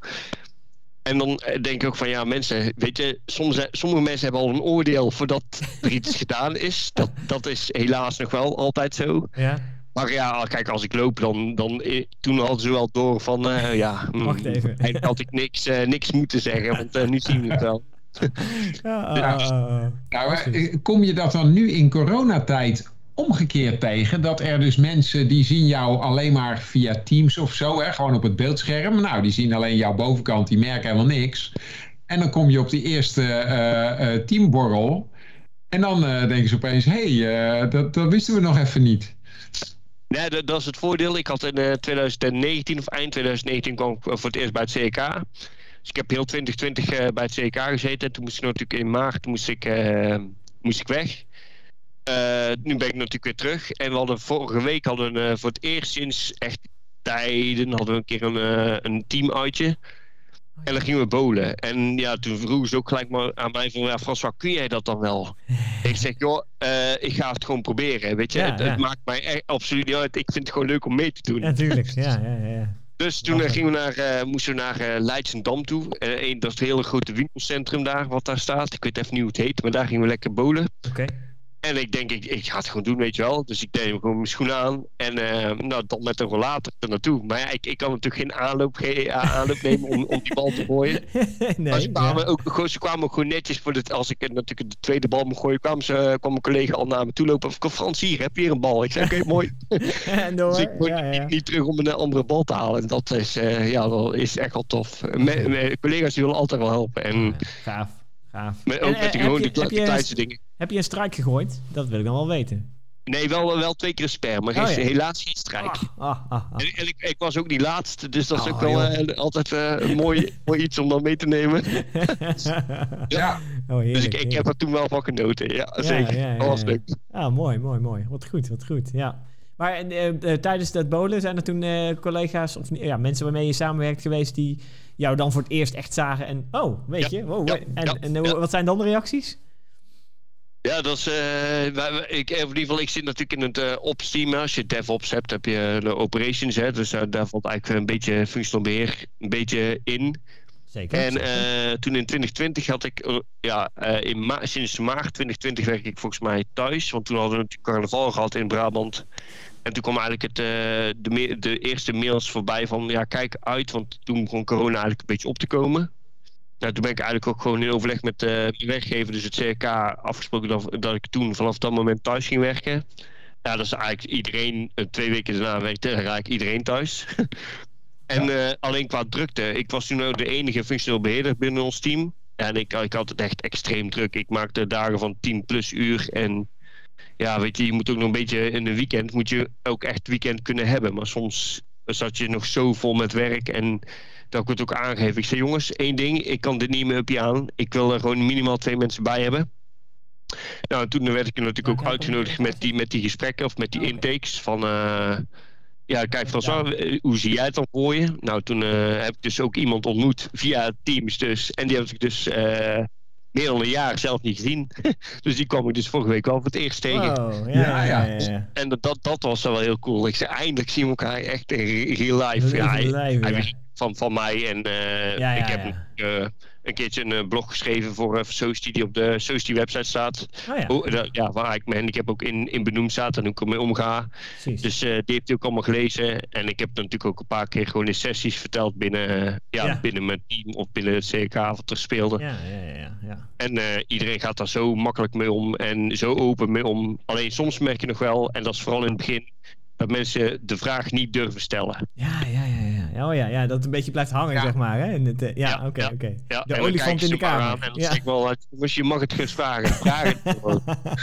En dan denk ik ook van, mensen... Weet je, sommige mensen hebben al een oordeel... voordat er iets gedaan is. Dat is helaas nog wel altijd zo. Ja. Maar kijk, als ik loop, dan toen hadden ze wel door van, wacht even. Eigenlijk had ik niks moeten zeggen, want nu zien we het wel. Kom je dat dan nu in coronatijd omgekeerd tegen? Dat er dus mensen die zien jou alleen maar via Teams of zo, hè, gewoon op het beeldscherm. Nou, die zien alleen jouw bovenkant, die merken helemaal niks. En dan kom je op die eerste teamborrel. En dan denken ze opeens, dat wisten we nog even niet. Nee, dat is het voordeel. Ik had in 2019 of eind 2019 kwam ik voor het eerst bij het CK. Dus ik heb heel 2020 bij het CK gezeten. En toen moest ik natuurlijk in maart moest ik weg. Nu ben ik natuurlijk weer terug. En we hadden vorige week voor het eerst sinds echt tijden hadden we een keer een teamuitje. En dan gingen we bowlen. En toen vroegen ze ook gelijk maar aan mij van... François, kun jij dat dan wel? Ik zeg, ik ga het gewoon proberen. Weet je, het maakt mij echt absoluut niet uit. Ik vind het gewoon leuk om mee te doen. Natuurlijk, ja. Dus toen moesten we naar Leidschendam toe. Dat is het hele grote winkelcentrum daar, wat daar staat. Ik weet even niet hoe het heet, maar daar gingen we lekker bowlen. Oké. En ik denk, ik ga het gewoon doen, weet je wel. Dus ik deed gewoon mijn schoenen aan. En dan met een rollator er naartoe. Maar ja, ik kan natuurlijk geen aanloop nemen om die bal te gooien. Nee, maar ze kwamen ook gewoon netjes voor als ik natuurlijk de tweede bal mocht gooien, kwam mijn collega al naar me toe lopen. Frans, hier, heb je hier een bal? Ik zei, oké, mooi. Dus ik kon niet terug om een andere bal te halen. En dat is, is echt wel tof. Mijn collega's die willen altijd wel helpen. En, gaaf. Met gewoon de kleinste dingen. Heb je een strijk gegooid? Dat wil ik dan wel weten. Nee, wel 2 keer een sper, maar helaas geen strijk. En ik was ook niet laatste, dus dat is ook wel altijd een mooi iets om dan mee te nemen. Dus ik heb er toen wel van genoten. Ja, zeker. Dat was leuk. Mooi. Wat goed. Ja. Maar tijdens dat bowlen zijn er toen collega's of mensen waarmee je samenwerkt geweest die jou dan voor het eerst echt zagen en weet je, wow, en wat zijn dan de reacties? Ja, dat is. In ieder geval, ik zit natuurlijk in het ops team. Als je DevOps hebt, heb je de operations. Hè, dus daar valt eigenlijk een beetje functional beheer een beetje in. Zeker. En zeker. toen in 2020 had ik, sinds maart 2020 werk ik volgens mij thuis. Want toen hadden we natuurlijk carnaval gehad in Brabant. En toen kwam eigenlijk de eerste mails voorbij van, ja, kijk uit. Want toen begon corona eigenlijk een beetje op te komen. Nou, toen ben ik eigenlijk ook gewoon in overleg met mijn werkgever, dus het CRK, afgesproken dat ik toen vanaf dat moment thuis ging werken. Ja, dat is eigenlijk iedereen, 2 weken daarna werkte eigenlijk iedereen thuis. En alleen qua drukte. Ik was toen ook de enige functioneel beheerder binnen ons team. En ik had het echt extreem druk. Ik maakte dagen van 10+ uur. En ja, weet je moet ook nog een beetje in een weekend, moet je ook echt weekend kunnen hebben. Maar soms zat je nog zo vol met werk en dat ik het ook aangegeven. Ik zei, jongens, 1 ding, ik kan dit niet meer op je aan. Ik wil er gewoon minimaal 2 mensen bij hebben. Nou, en toen werd ik natuurlijk ook uitgenodigd met die gesprekken of met die intakes van... ja, kijk François, hoe zie jij het dan voor je? Nou, toen heb ik dus ook iemand ontmoet via Teams dus. En die heb ik dus meer dan een jaar zelf niet gezien. Dus die kwam ik dus vorige week wel voor het eerst tegen. Wow, ja. En dat was wel heel cool. Ik zei, eindelijk zien we elkaar echt in real life. Hij van mij. En ik heb een keertje een blog geschreven voor Society die op de Society website staat. Waar ik mijn handicap ook in benoemd staat en hoe ik ermee omga. Precies. Dus die heeft hij ook allemaal gelezen. En ik heb natuurlijk ook een paar keer gewoon in sessies verteld binnen mijn team of binnen het CK wat er speelde. Ja. En iedereen gaat daar zo makkelijk mee om en zo open mee om. Alleen soms merk je nog wel, en dat is vooral in het begin, dat mensen de vraag niet durven stellen. Ja, dat het een beetje blijft hangen, zeg maar. Hè? In het, oké. Ja, de olifant in de kamer. En dan zeg ik wel, je mag het gerust vragen. Vraag het gewoon.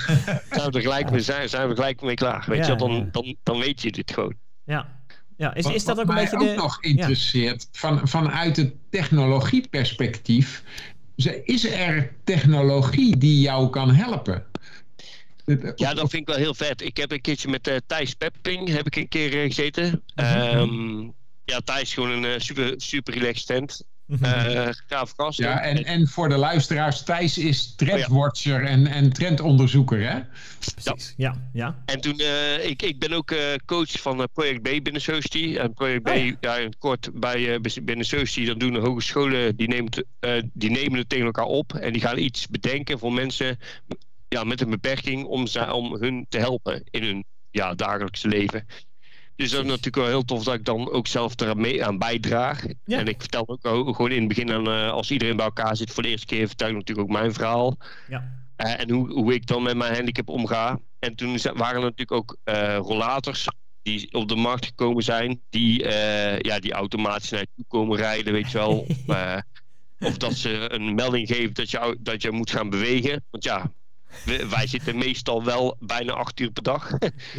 Zijn we gelijk mee klaar. Weet je, dan weet je dit gewoon. Ja, is dat ook een beetje ook nog interesseert, vanuit het technologieperspectief, is er technologie die jou kan helpen? Ja, dat vind ik wel heel vet. Ik heb een keertje met Thijs Pepping gezeten. Ja, Thijs is gewoon een super relaxed tent. Gaaf gast. Ja, en voor de luisteraars, Thijs is trendwatcher en trendonderzoeker, hè? Precies, ja. En toen, ik ben ook coach van Project B binnen Society. En Project B, kort binnen Society, dan doen de hogescholen, die nemen het tegen elkaar op. En die gaan iets bedenken voor mensen met een beperking om hun te helpen in hun dagelijkse leven. Dus dat is natuurlijk wel heel tof dat ik dan ook zelf er mee aan bijdraag. Ja. En ik vertel ook gewoon in het begin als iedereen bij elkaar zit voor de eerste keer, vertel ik natuurlijk ook mijn verhaal. Ja. En hoe ik dan met mijn handicap omga. En toen waren er natuurlijk ook rollators die op de markt gekomen zijn, die automatisch naar je toe komen rijden, weet je wel. Of dat ze een melding geven dat je moet gaan bewegen. Want wij zitten meestal wel bijna 8 uur per dag.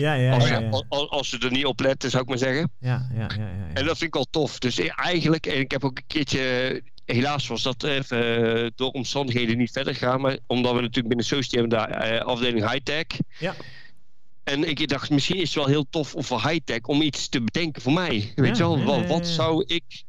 Als ze er niet op letten, zou ik maar zeggen. Ja. En dat vind ik wel tof. Dus eigenlijk, en ik heb ook een keertje, helaas was dat even door omstandigheden niet verder gegaan, maar omdat we natuurlijk binnen Society hebben daar afdeling high-tech. Ja. En ik dacht, misschien is het wel heel tof voor high-tech om iets te bedenken voor mij. Weet je wel, wat zou ik...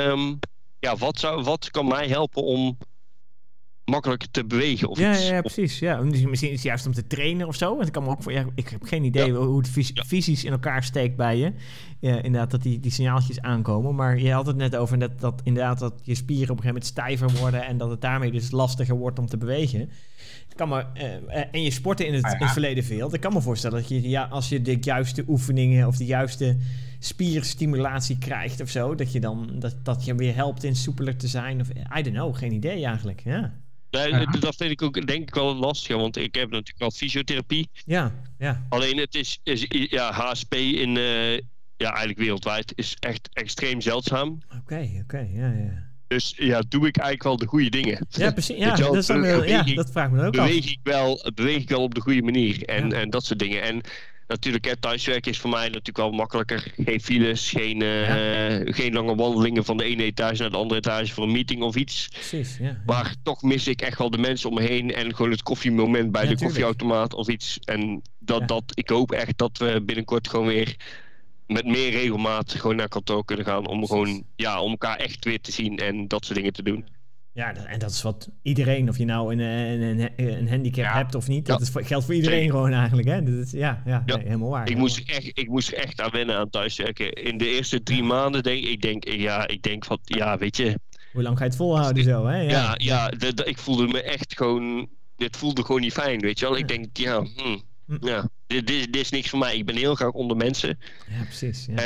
wat kan mij helpen om makkelijker te bewegen of iets. Ja, precies. Ja. Misschien is het juist om te trainen of zo. Want ik kan me ook ik heb geen idee hoe het fysisch in elkaar steekt bij je. Inderdaad, dat die signaaltjes aankomen. Maar je had het net over dat inderdaad dat je spieren op een gegeven moment stijver worden en dat het daarmee dus lastiger wordt om te bewegen. En je sportte in het verleden veel. Ik kan me voorstellen dat je, als je de juiste oefeningen of de juiste spierstimulatie krijgt of zo, dat je dan dat je weer helpt in soepeler te zijn. Of I don't know, geen idee eigenlijk. Ja. Nee, dat vind ik ook denk ik wel lastig, want ik heb natuurlijk al fysiotherapie. Ja. Alleen het is HSP in eigenlijk wereldwijd is echt extreem zeldzaam. Oké, ja. Dus doe ik eigenlijk wel de goede dingen. Ja, precies. Ja, dat vraag ik me ook af. Beweeg ik wel op de goede manier en dat soort dingen. En natuurlijk, thuiswerken is voor mij natuurlijk wel makkelijker. Geen files, geen lange wandelingen van de ene etage naar de andere etage voor een meeting of iets. Precies, ja. Maar toch mis ik echt wel de mensen om me heen en gewoon het koffiemoment bij de koffieautomaat of iets. En ik hoop echt dat we binnenkort gewoon weer met meer regelmaat gewoon naar kantoor kunnen gaan om gewoon om elkaar echt weer te zien en dat soort dingen te doen. Ja, en dat is wat iedereen, of je nou een handicap hebt of niet, dat geldt voor iedereen gewoon eigenlijk. Hè? Dat is, nee, helemaal waar. Ik moest er echt aan wennen aan thuiswerken. In de eerste 3 maanden ik denk van, weet je... Hoe lang ga je het volhouden zo, hè? Ik voelde me echt gewoon... Dit voelde gewoon niet fijn, weet je wel. Ik denk, dit is niks voor mij. Ik ben heel graag onder mensen. Ja, precies. Ja.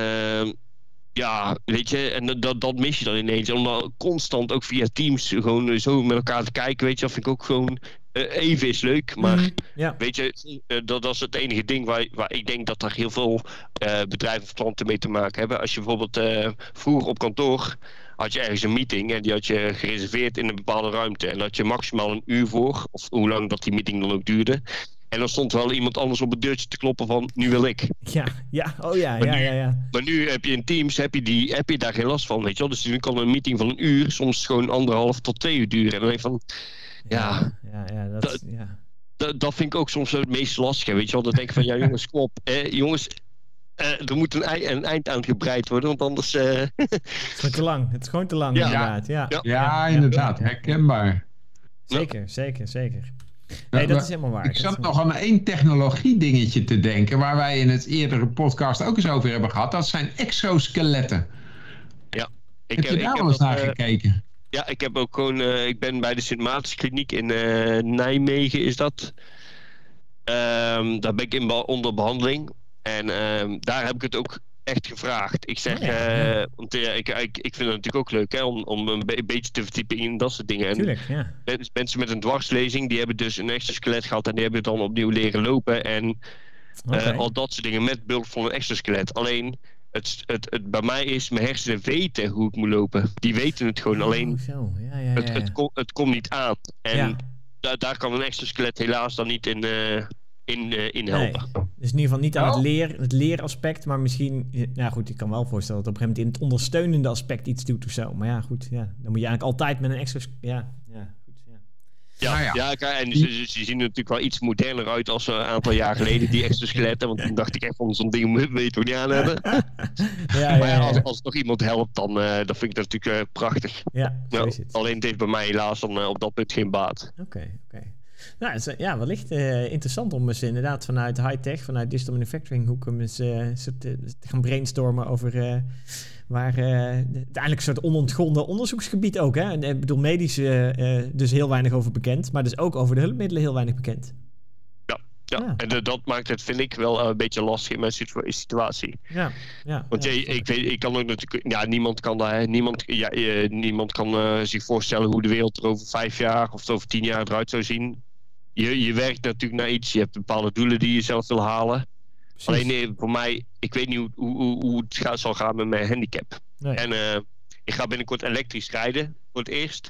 En weet je, en dat mis je dan ineens. Om dan constant ook via Teams gewoon zo met elkaar te kijken, weet je, dat vind ik ook gewoon even is leuk. Maar weet je, dat is het enige ding waar ik denk dat er heel veel bedrijven of klanten mee te maken hebben. Als je bijvoorbeeld vroeger op kantoor had je ergens een meeting en die had je gereserveerd in een bepaalde ruimte. En had je maximaal 1 uur voor, of hoe lang dat die meeting dan ook duurde. En dan stond wel iemand anders op het deurtje te kloppen van, nu wil ik. Ja. Maar nu heb je in Teams, heb je daar geen last van, weet je wel. Dus nu kan een meeting van 1 uur soms gewoon 1,5 tot 2 uur duren. En dan denk je van, dat vind ik ook soms het meest lastige, weet je wel. Dan denk ik van, jongens, kom op. Jongens, er moet een eind aan gebreid worden, want anders... Het is gewoon te lang. Het is gewoon te lang, inderdaad. Ja, inderdaad. Herkenbaar. Zeker. Nee, dat is helemaal waar. Ik zat nog aan 1 technologie dingetje te denken, waar wij in het eerdere podcast ook eens over hebben gehad. Dat zijn exoskeletten. Ja. Heb je daar wel eens naar gekeken? Ja, ik heb ook gewoon... ik ben bij de Sint Maartenskliniek in Nijmegen, is dat. Daar ben ik onder behandeling. En daar heb ik het ook echt gevraagd. Ik zeg, want ik vind het natuurlijk ook leuk, hè, om een beetje te verdiepen in dat soort dingen. Tuurlijk, ja. Mensen met een dwarslezing, die hebben dus een exoskelet gehad en die hebben dan opnieuw leren lopen en al dat soort dingen met behulp van een exoskelet. Alleen, bij mij is, mijn hersenen weten hoe ik moet lopen. Die weten het gewoon, alleen het komt niet aan. En daar kan een exoskelet helaas dan niet in helpen. Dus in ieder geval niet aan het leeraspect, maar misschien... Nou goed, ik kan me wel voorstellen dat op een gegeven moment in het ondersteunende aspect iets doet of zo. Maar dan moet je eigenlijk altijd met een extra... En ze zien er natuurlijk wel iets moderner uit als een aantal jaar geleden, die exoskeletten. Want toen dacht ik echt van zo'n ding moet je toch niet aan hebben. Maar als nog iemand helpt, dan vind ik dat natuurlijk prachtig. Ja, zo is het. Alleen het heeft bij mij helaas dan op dat punt geen baat. Oké. Nou, het is wellicht interessant om eens inderdaad vanuit high-tech, vanuit digital manufacturing hoek eens te gaan brainstormen over waar uiteindelijk een soort onontgonnen onderzoeksgebied ook. Hè? Ik bedoel, medisch dus heel weinig over bekend, maar dus ook over de hulpmiddelen heel weinig bekend. Ja. En dat maakt het, vind ik, wel een beetje lastig in mijn situatie. Want ik kan ook natuurlijk... niemand kan zich voorstellen hoe de wereld er over 5 jaar of over 10 jaar eruit zou zien. Je werkt natuurlijk naar iets. Je hebt bepaalde doelen die je zelf wil halen. Precies. Alleen voor mij, ik weet niet hoe het zal gaan met mijn handicap. Nee. En ik ga binnenkort elektrisch rijden voor het eerst.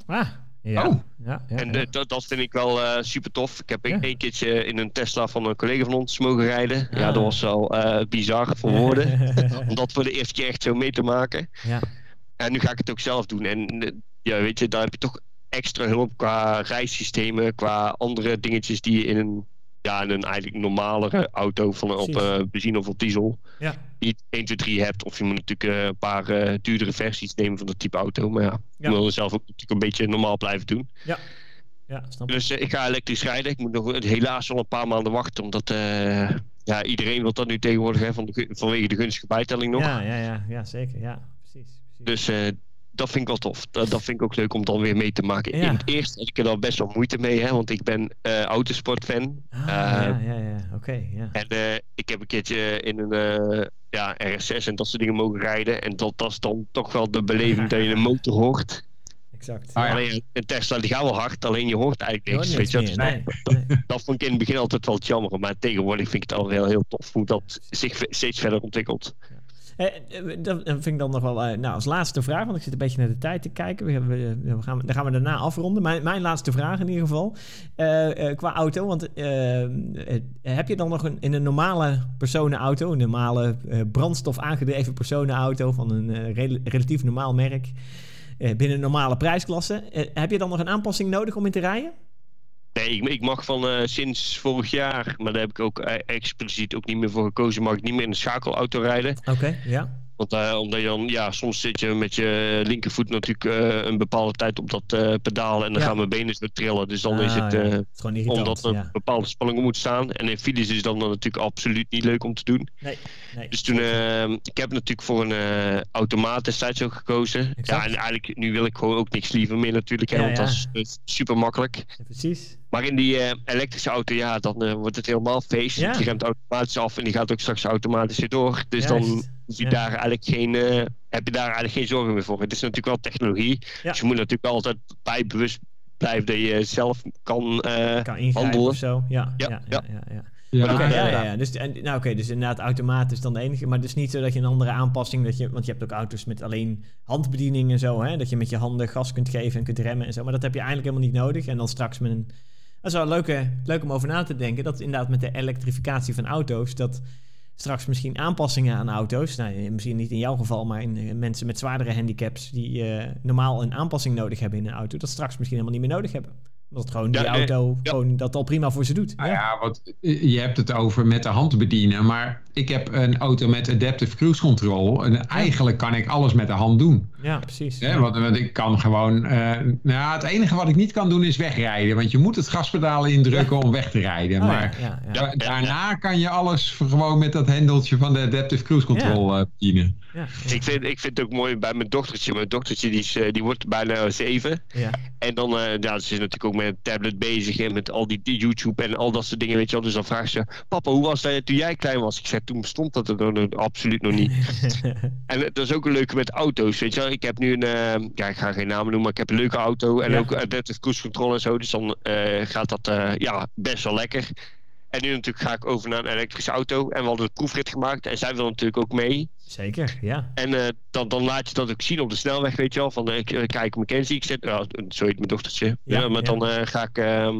En dat vind ik wel super tof. Ik heb 1 keertje in een Tesla van een collega van ons mogen rijden. Ja, dat was wel bizar voor woorden. Om dat voor de eerste keer echt zo mee te maken. Ja. En nu ga ik het ook zelf doen. En weet je, daar heb je toch extra hulp qua rijsystemen, qua andere dingetjes die je in een eigenlijk normalere auto op benzine of op diesel niet 1, 2, 3 hebt. Of je moet natuurlijk een paar duurdere versies nemen van dat type auto. Maar je wil er zelf ook natuurlijk een beetje normaal blijven doen. Ja, snap ik. Dus ik ga elektrisch rijden. Ik moet nog helaas al een paar maanden wachten, omdat iedereen wil dat nu tegenwoordig vanwege de gunstige bijtelling nog. Ja, zeker. Ja, precies. Dus dat vind ik wel tof. Dat vind ik ook leuk om dan weer mee te maken. In het eerst had ik er al best wel moeite mee, hè, want ik ben autosportfan. Oké. En ik heb een keertje in een RS6 en dat soort dingen mogen rijden. En dat is dan toch wel de beleving dat je een motor hoort. Exact. Alleen een Tesla die gaat wel hard, alleen je hoort eigenlijk niks. Weet je? Dat vond ik in het begin altijd wel jammer, maar tegenwoordig vind ik het al heel tof hoe dat zich steeds verder ontwikkelt. Dat vind ik dan nog wel als laatste vraag, want ik zit een beetje naar de tijd te kijken. Dan gaan we daarna afronden. Mijn laatste vraag in ieder geval. Qua auto, want heb je dan nog in een normale personenauto, een normale brandstof aangedreven personenauto van een relatief normaal merk, binnen een normale prijsklasse, heb je dan nog een aanpassing nodig om in te rijden? Nee, ik mag van sinds vorig jaar, maar daar heb ik ook expliciet ook niet meer voor gekozen, mag ik niet meer in een schakelauto rijden. Oké, ja. Want omdat je dan, soms zit je met je linkervoet natuurlijk een bepaalde tijd op dat pedaal en dan gaan mijn benen zo trillen. Dus dan is het gewoon irritant, omdat er een bepaalde spanning moet staan. En in files is dan natuurlijk absoluut niet leuk om te doen. Nee. Dus toen, ik heb natuurlijk voor een automaat destijds ook gekozen. Exact. Ja, en eigenlijk nu wil ik gewoon ook niks liever meer natuurlijk, hè, want dat is super makkelijk. Ja, precies. Maar in die elektrische auto, dan wordt het helemaal feest. Ja. Die remt automatisch af en die gaat ook straks automatisch weer door. Dus Juist. dan hoef je daar eigenlijk heb je daar eigenlijk geen zorgen meer voor. Het is natuurlijk wel technologie. Ja. Dus je moet natuurlijk altijd bij bewust blijven dat je zelf kan ingrijpen handelen. of zo. Ja. Ja. Dus inderdaad automaat is dan de enige. Maar het is niet zo dat je een andere aanpassing... want je hebt ook auto's met alleen handbediening en zo. Hè? Dat je met je handen gas kunt geven en kunt remmen en zo. Maar dat heb je eigenlijk helemaal niet nodig. En dan straks met een... Dat is wel leuk om over na te denken. Dat inderdaad met de elektrificatie van auto's... dat straks misschien aanpassingen aan auto's... Nou, misschien niet in jouw geval... maar in mensen met zwaardere handicaps... die normaal een aanpassing nodig hebben in een auto... dat straks misschien helemaal niet meer nodig hebben. Omdat gewoon die auto gewoon dat al prima voor ze doet. Nou want je hebt het over met de hand bedienen. Maar ik heb een auto met adaptive cruise control. En eigenlijk kan ik alles met de hand doen. Ja, precies. Want ik kan gewoon... het enige wat ik niet kan doen is wegrijden. Want je moet het gaspedaal indrukken om weg te rijden. Daarna kan je alles gewoon met dat hendeltje van de adaptive cruise control bedienen. Ja. Ik vind het ook mooi bij mijn dochtertje. Mijn dochtertje die wordt bijna 7. Ja. En dan ze is natuurlijk ook met een tablet bezig en met al die YouTube en al dat soort dingen, weet je wel. Dus dan vraagt ze, papa, hoe was dat toen jij klein was? Ik zei, toen bestond dat er absoluut nog niet. En dat is ook een leuke met auto's, weet je wel. Ik heb nu ik ga geen namen noemen, maar ik heb een leuke auto en ook adaptive cruise control en zo. Dus dan gaat dat best wel lekker. En nu natuurlijk ga ik over naar een elektrische auto. En we hadden de proefrit gemaakt. En zij wil natuurlijk ook mee. Zeker, ja. En dan laat je dat ook zien op de snelweg, weet je wel. Van, kijk, Mackenzie, zo heet mijn dochtertje. Dan ga ik...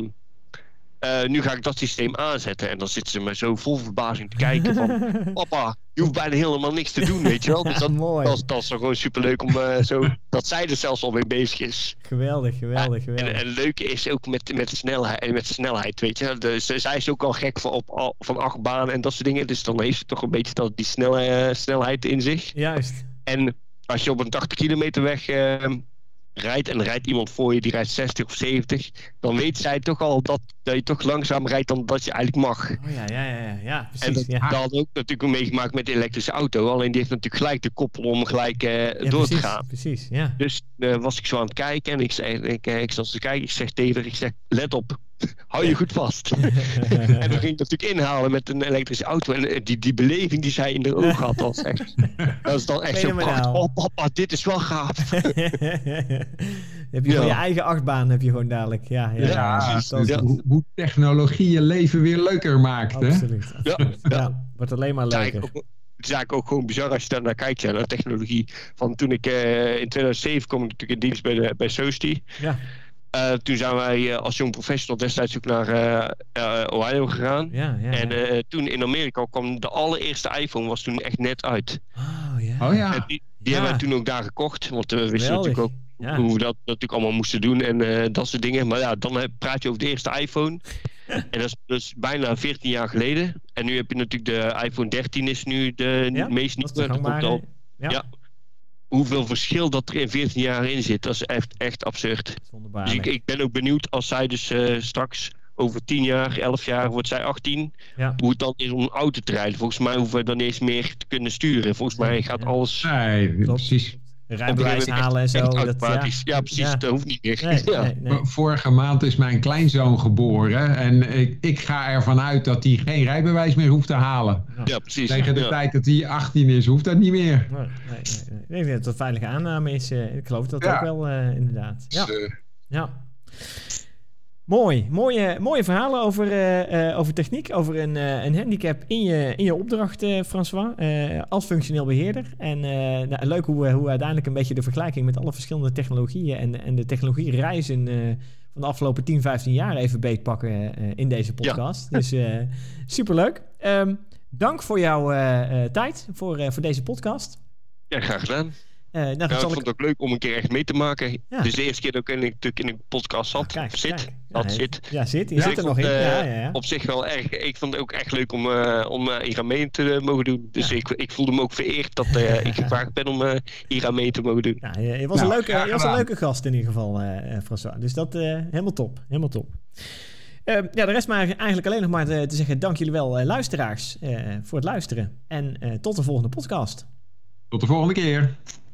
nu ga ik dat systeem aanzetten. En dan zit ze me zo vol verbazing te kijken van... Papa, je hoeft bijna helemaal niks te doen, weet je wel. Dus dat is gewoon superleuk om dat zij er zelfs al mee bezig is. Geweldig. En het leuke is ook met snelheid, weet je. Dus zij is ook al gek van achtbaan en dat soort dingen. Dus dan heeft ze toch een beetje die snelheid in zich. Juist. En als je op een 80 kilometer weg... rijdt en er rijdt iemand voor je die rijdt 60 of 70, dan weet zij toch al dat je toch langzaam rijdt dan dat je eigenlijk mag. Oh ja, precies. En dat had ook natuurlijk meegemaakt met de elektrische auto, alleen die heeft natuurlijk gelijk de koppel om gelijk door te gaan. Precies, ja. Dus was ik zo aan het kijken en ik zat te kijken, ik zeg tegen haar, let op, hou je goed vast. En dan ging ik natuurlijk inhalen met een elektrische auto en die beleving die zij in de ogen had, dat is dan echt zo prachtig. Oh papa, dit is wel gaaf. Heb je gewoon je eigen achtbaan, heb je gewoon dadelijk. Hoe technologie je leven weer leuker maakt. Absoluut. Hè? Ja, wordt alleen maar leuker. Het is eigenlijk ook gewoon bizar als je daar naar kijkt, naar technologie. Van toen ik in 2007 kwam ik natuurlijk in dienst bij Sosti. Ja. Toen zijn wij als jong professional destijds ook naar Ohio gegaan. Ja. En toen in Amerika kwam de allereerste iPhone, was toen echt net uit. Oh ja. En die hebben wij toen ook daar gekocht. Want we wisten natuurlijk ook hoe we dat natuurlijk allemaal moesten doen en dat soort dingen. Maar dan praat je over de eerste iPhone. En dat is dus bijna 14 jaar geleden. En nu heb je natuurlijk de iPhone 13 is nu de meest nieuwe. Hoeveel verschil dat er in 14 jaar in zit, dat is echt absurd. Dus ik ben ook benieuwd als zij dus straks over 10 jaar, 11 jaar wordt zij 18. Hoe het dan is om een auto te rijden. Volgens mij hoeven we dan eens meer te kunnen sturen. Volgens mij gaat alles... Nee, precies. Rijbewijs halen en zo. Automatisch. Precies. Dat hoeft niet meer. Nee. Vorige maand is mijn kleinzoon geboren. En ik ga ervan uit dat hij geen rijbewijs meer hoeft te halen. Ja, precies. Tegen de tijd dat hij 18 is, hoeft dat niet meer. Nee. Ik denk dat het een veilige aanname is. Ik geloof dat ook wel, inderdaad. Ja. Mooi. Mooie verhalen over techniek, over een handicap in je opdracht, François, als functioneel beheerder. En leuk hoe uiteindelijk een beetje de vergelijking met alle verschillende technologieën en de technologiereizen van de afgelopen 10, 15 jaar even beetpakken in deze podcast. Ja. Dus superleuk. Dank voor jouw tijd, voor deze podcast. Ja, graag gedaan. Ik vond het ook leuk om een keer echt mee te maken. Ja. Dus de eerste keer dat ik natuurlijk in een podcast zat. Zit. Ja, zit. Je zit er nog in. Ja. Op zich wel erg. Ik vond het ook echt leuk om hier aan mee te mogen doen. Dus ik voelde me ook vereerd dat ik gevraagd ben om hier aan mee te mogen doen. Ja, je was een leuke gast in ieder geval, François. Dus dat helemaal top. Helemaal top. De rest maar eigenlijk alleen nog maar te zeggen... dank jullie wel, luisteraars, voor het luisteren. En tot de volgende podcast. Tot de volgende keer.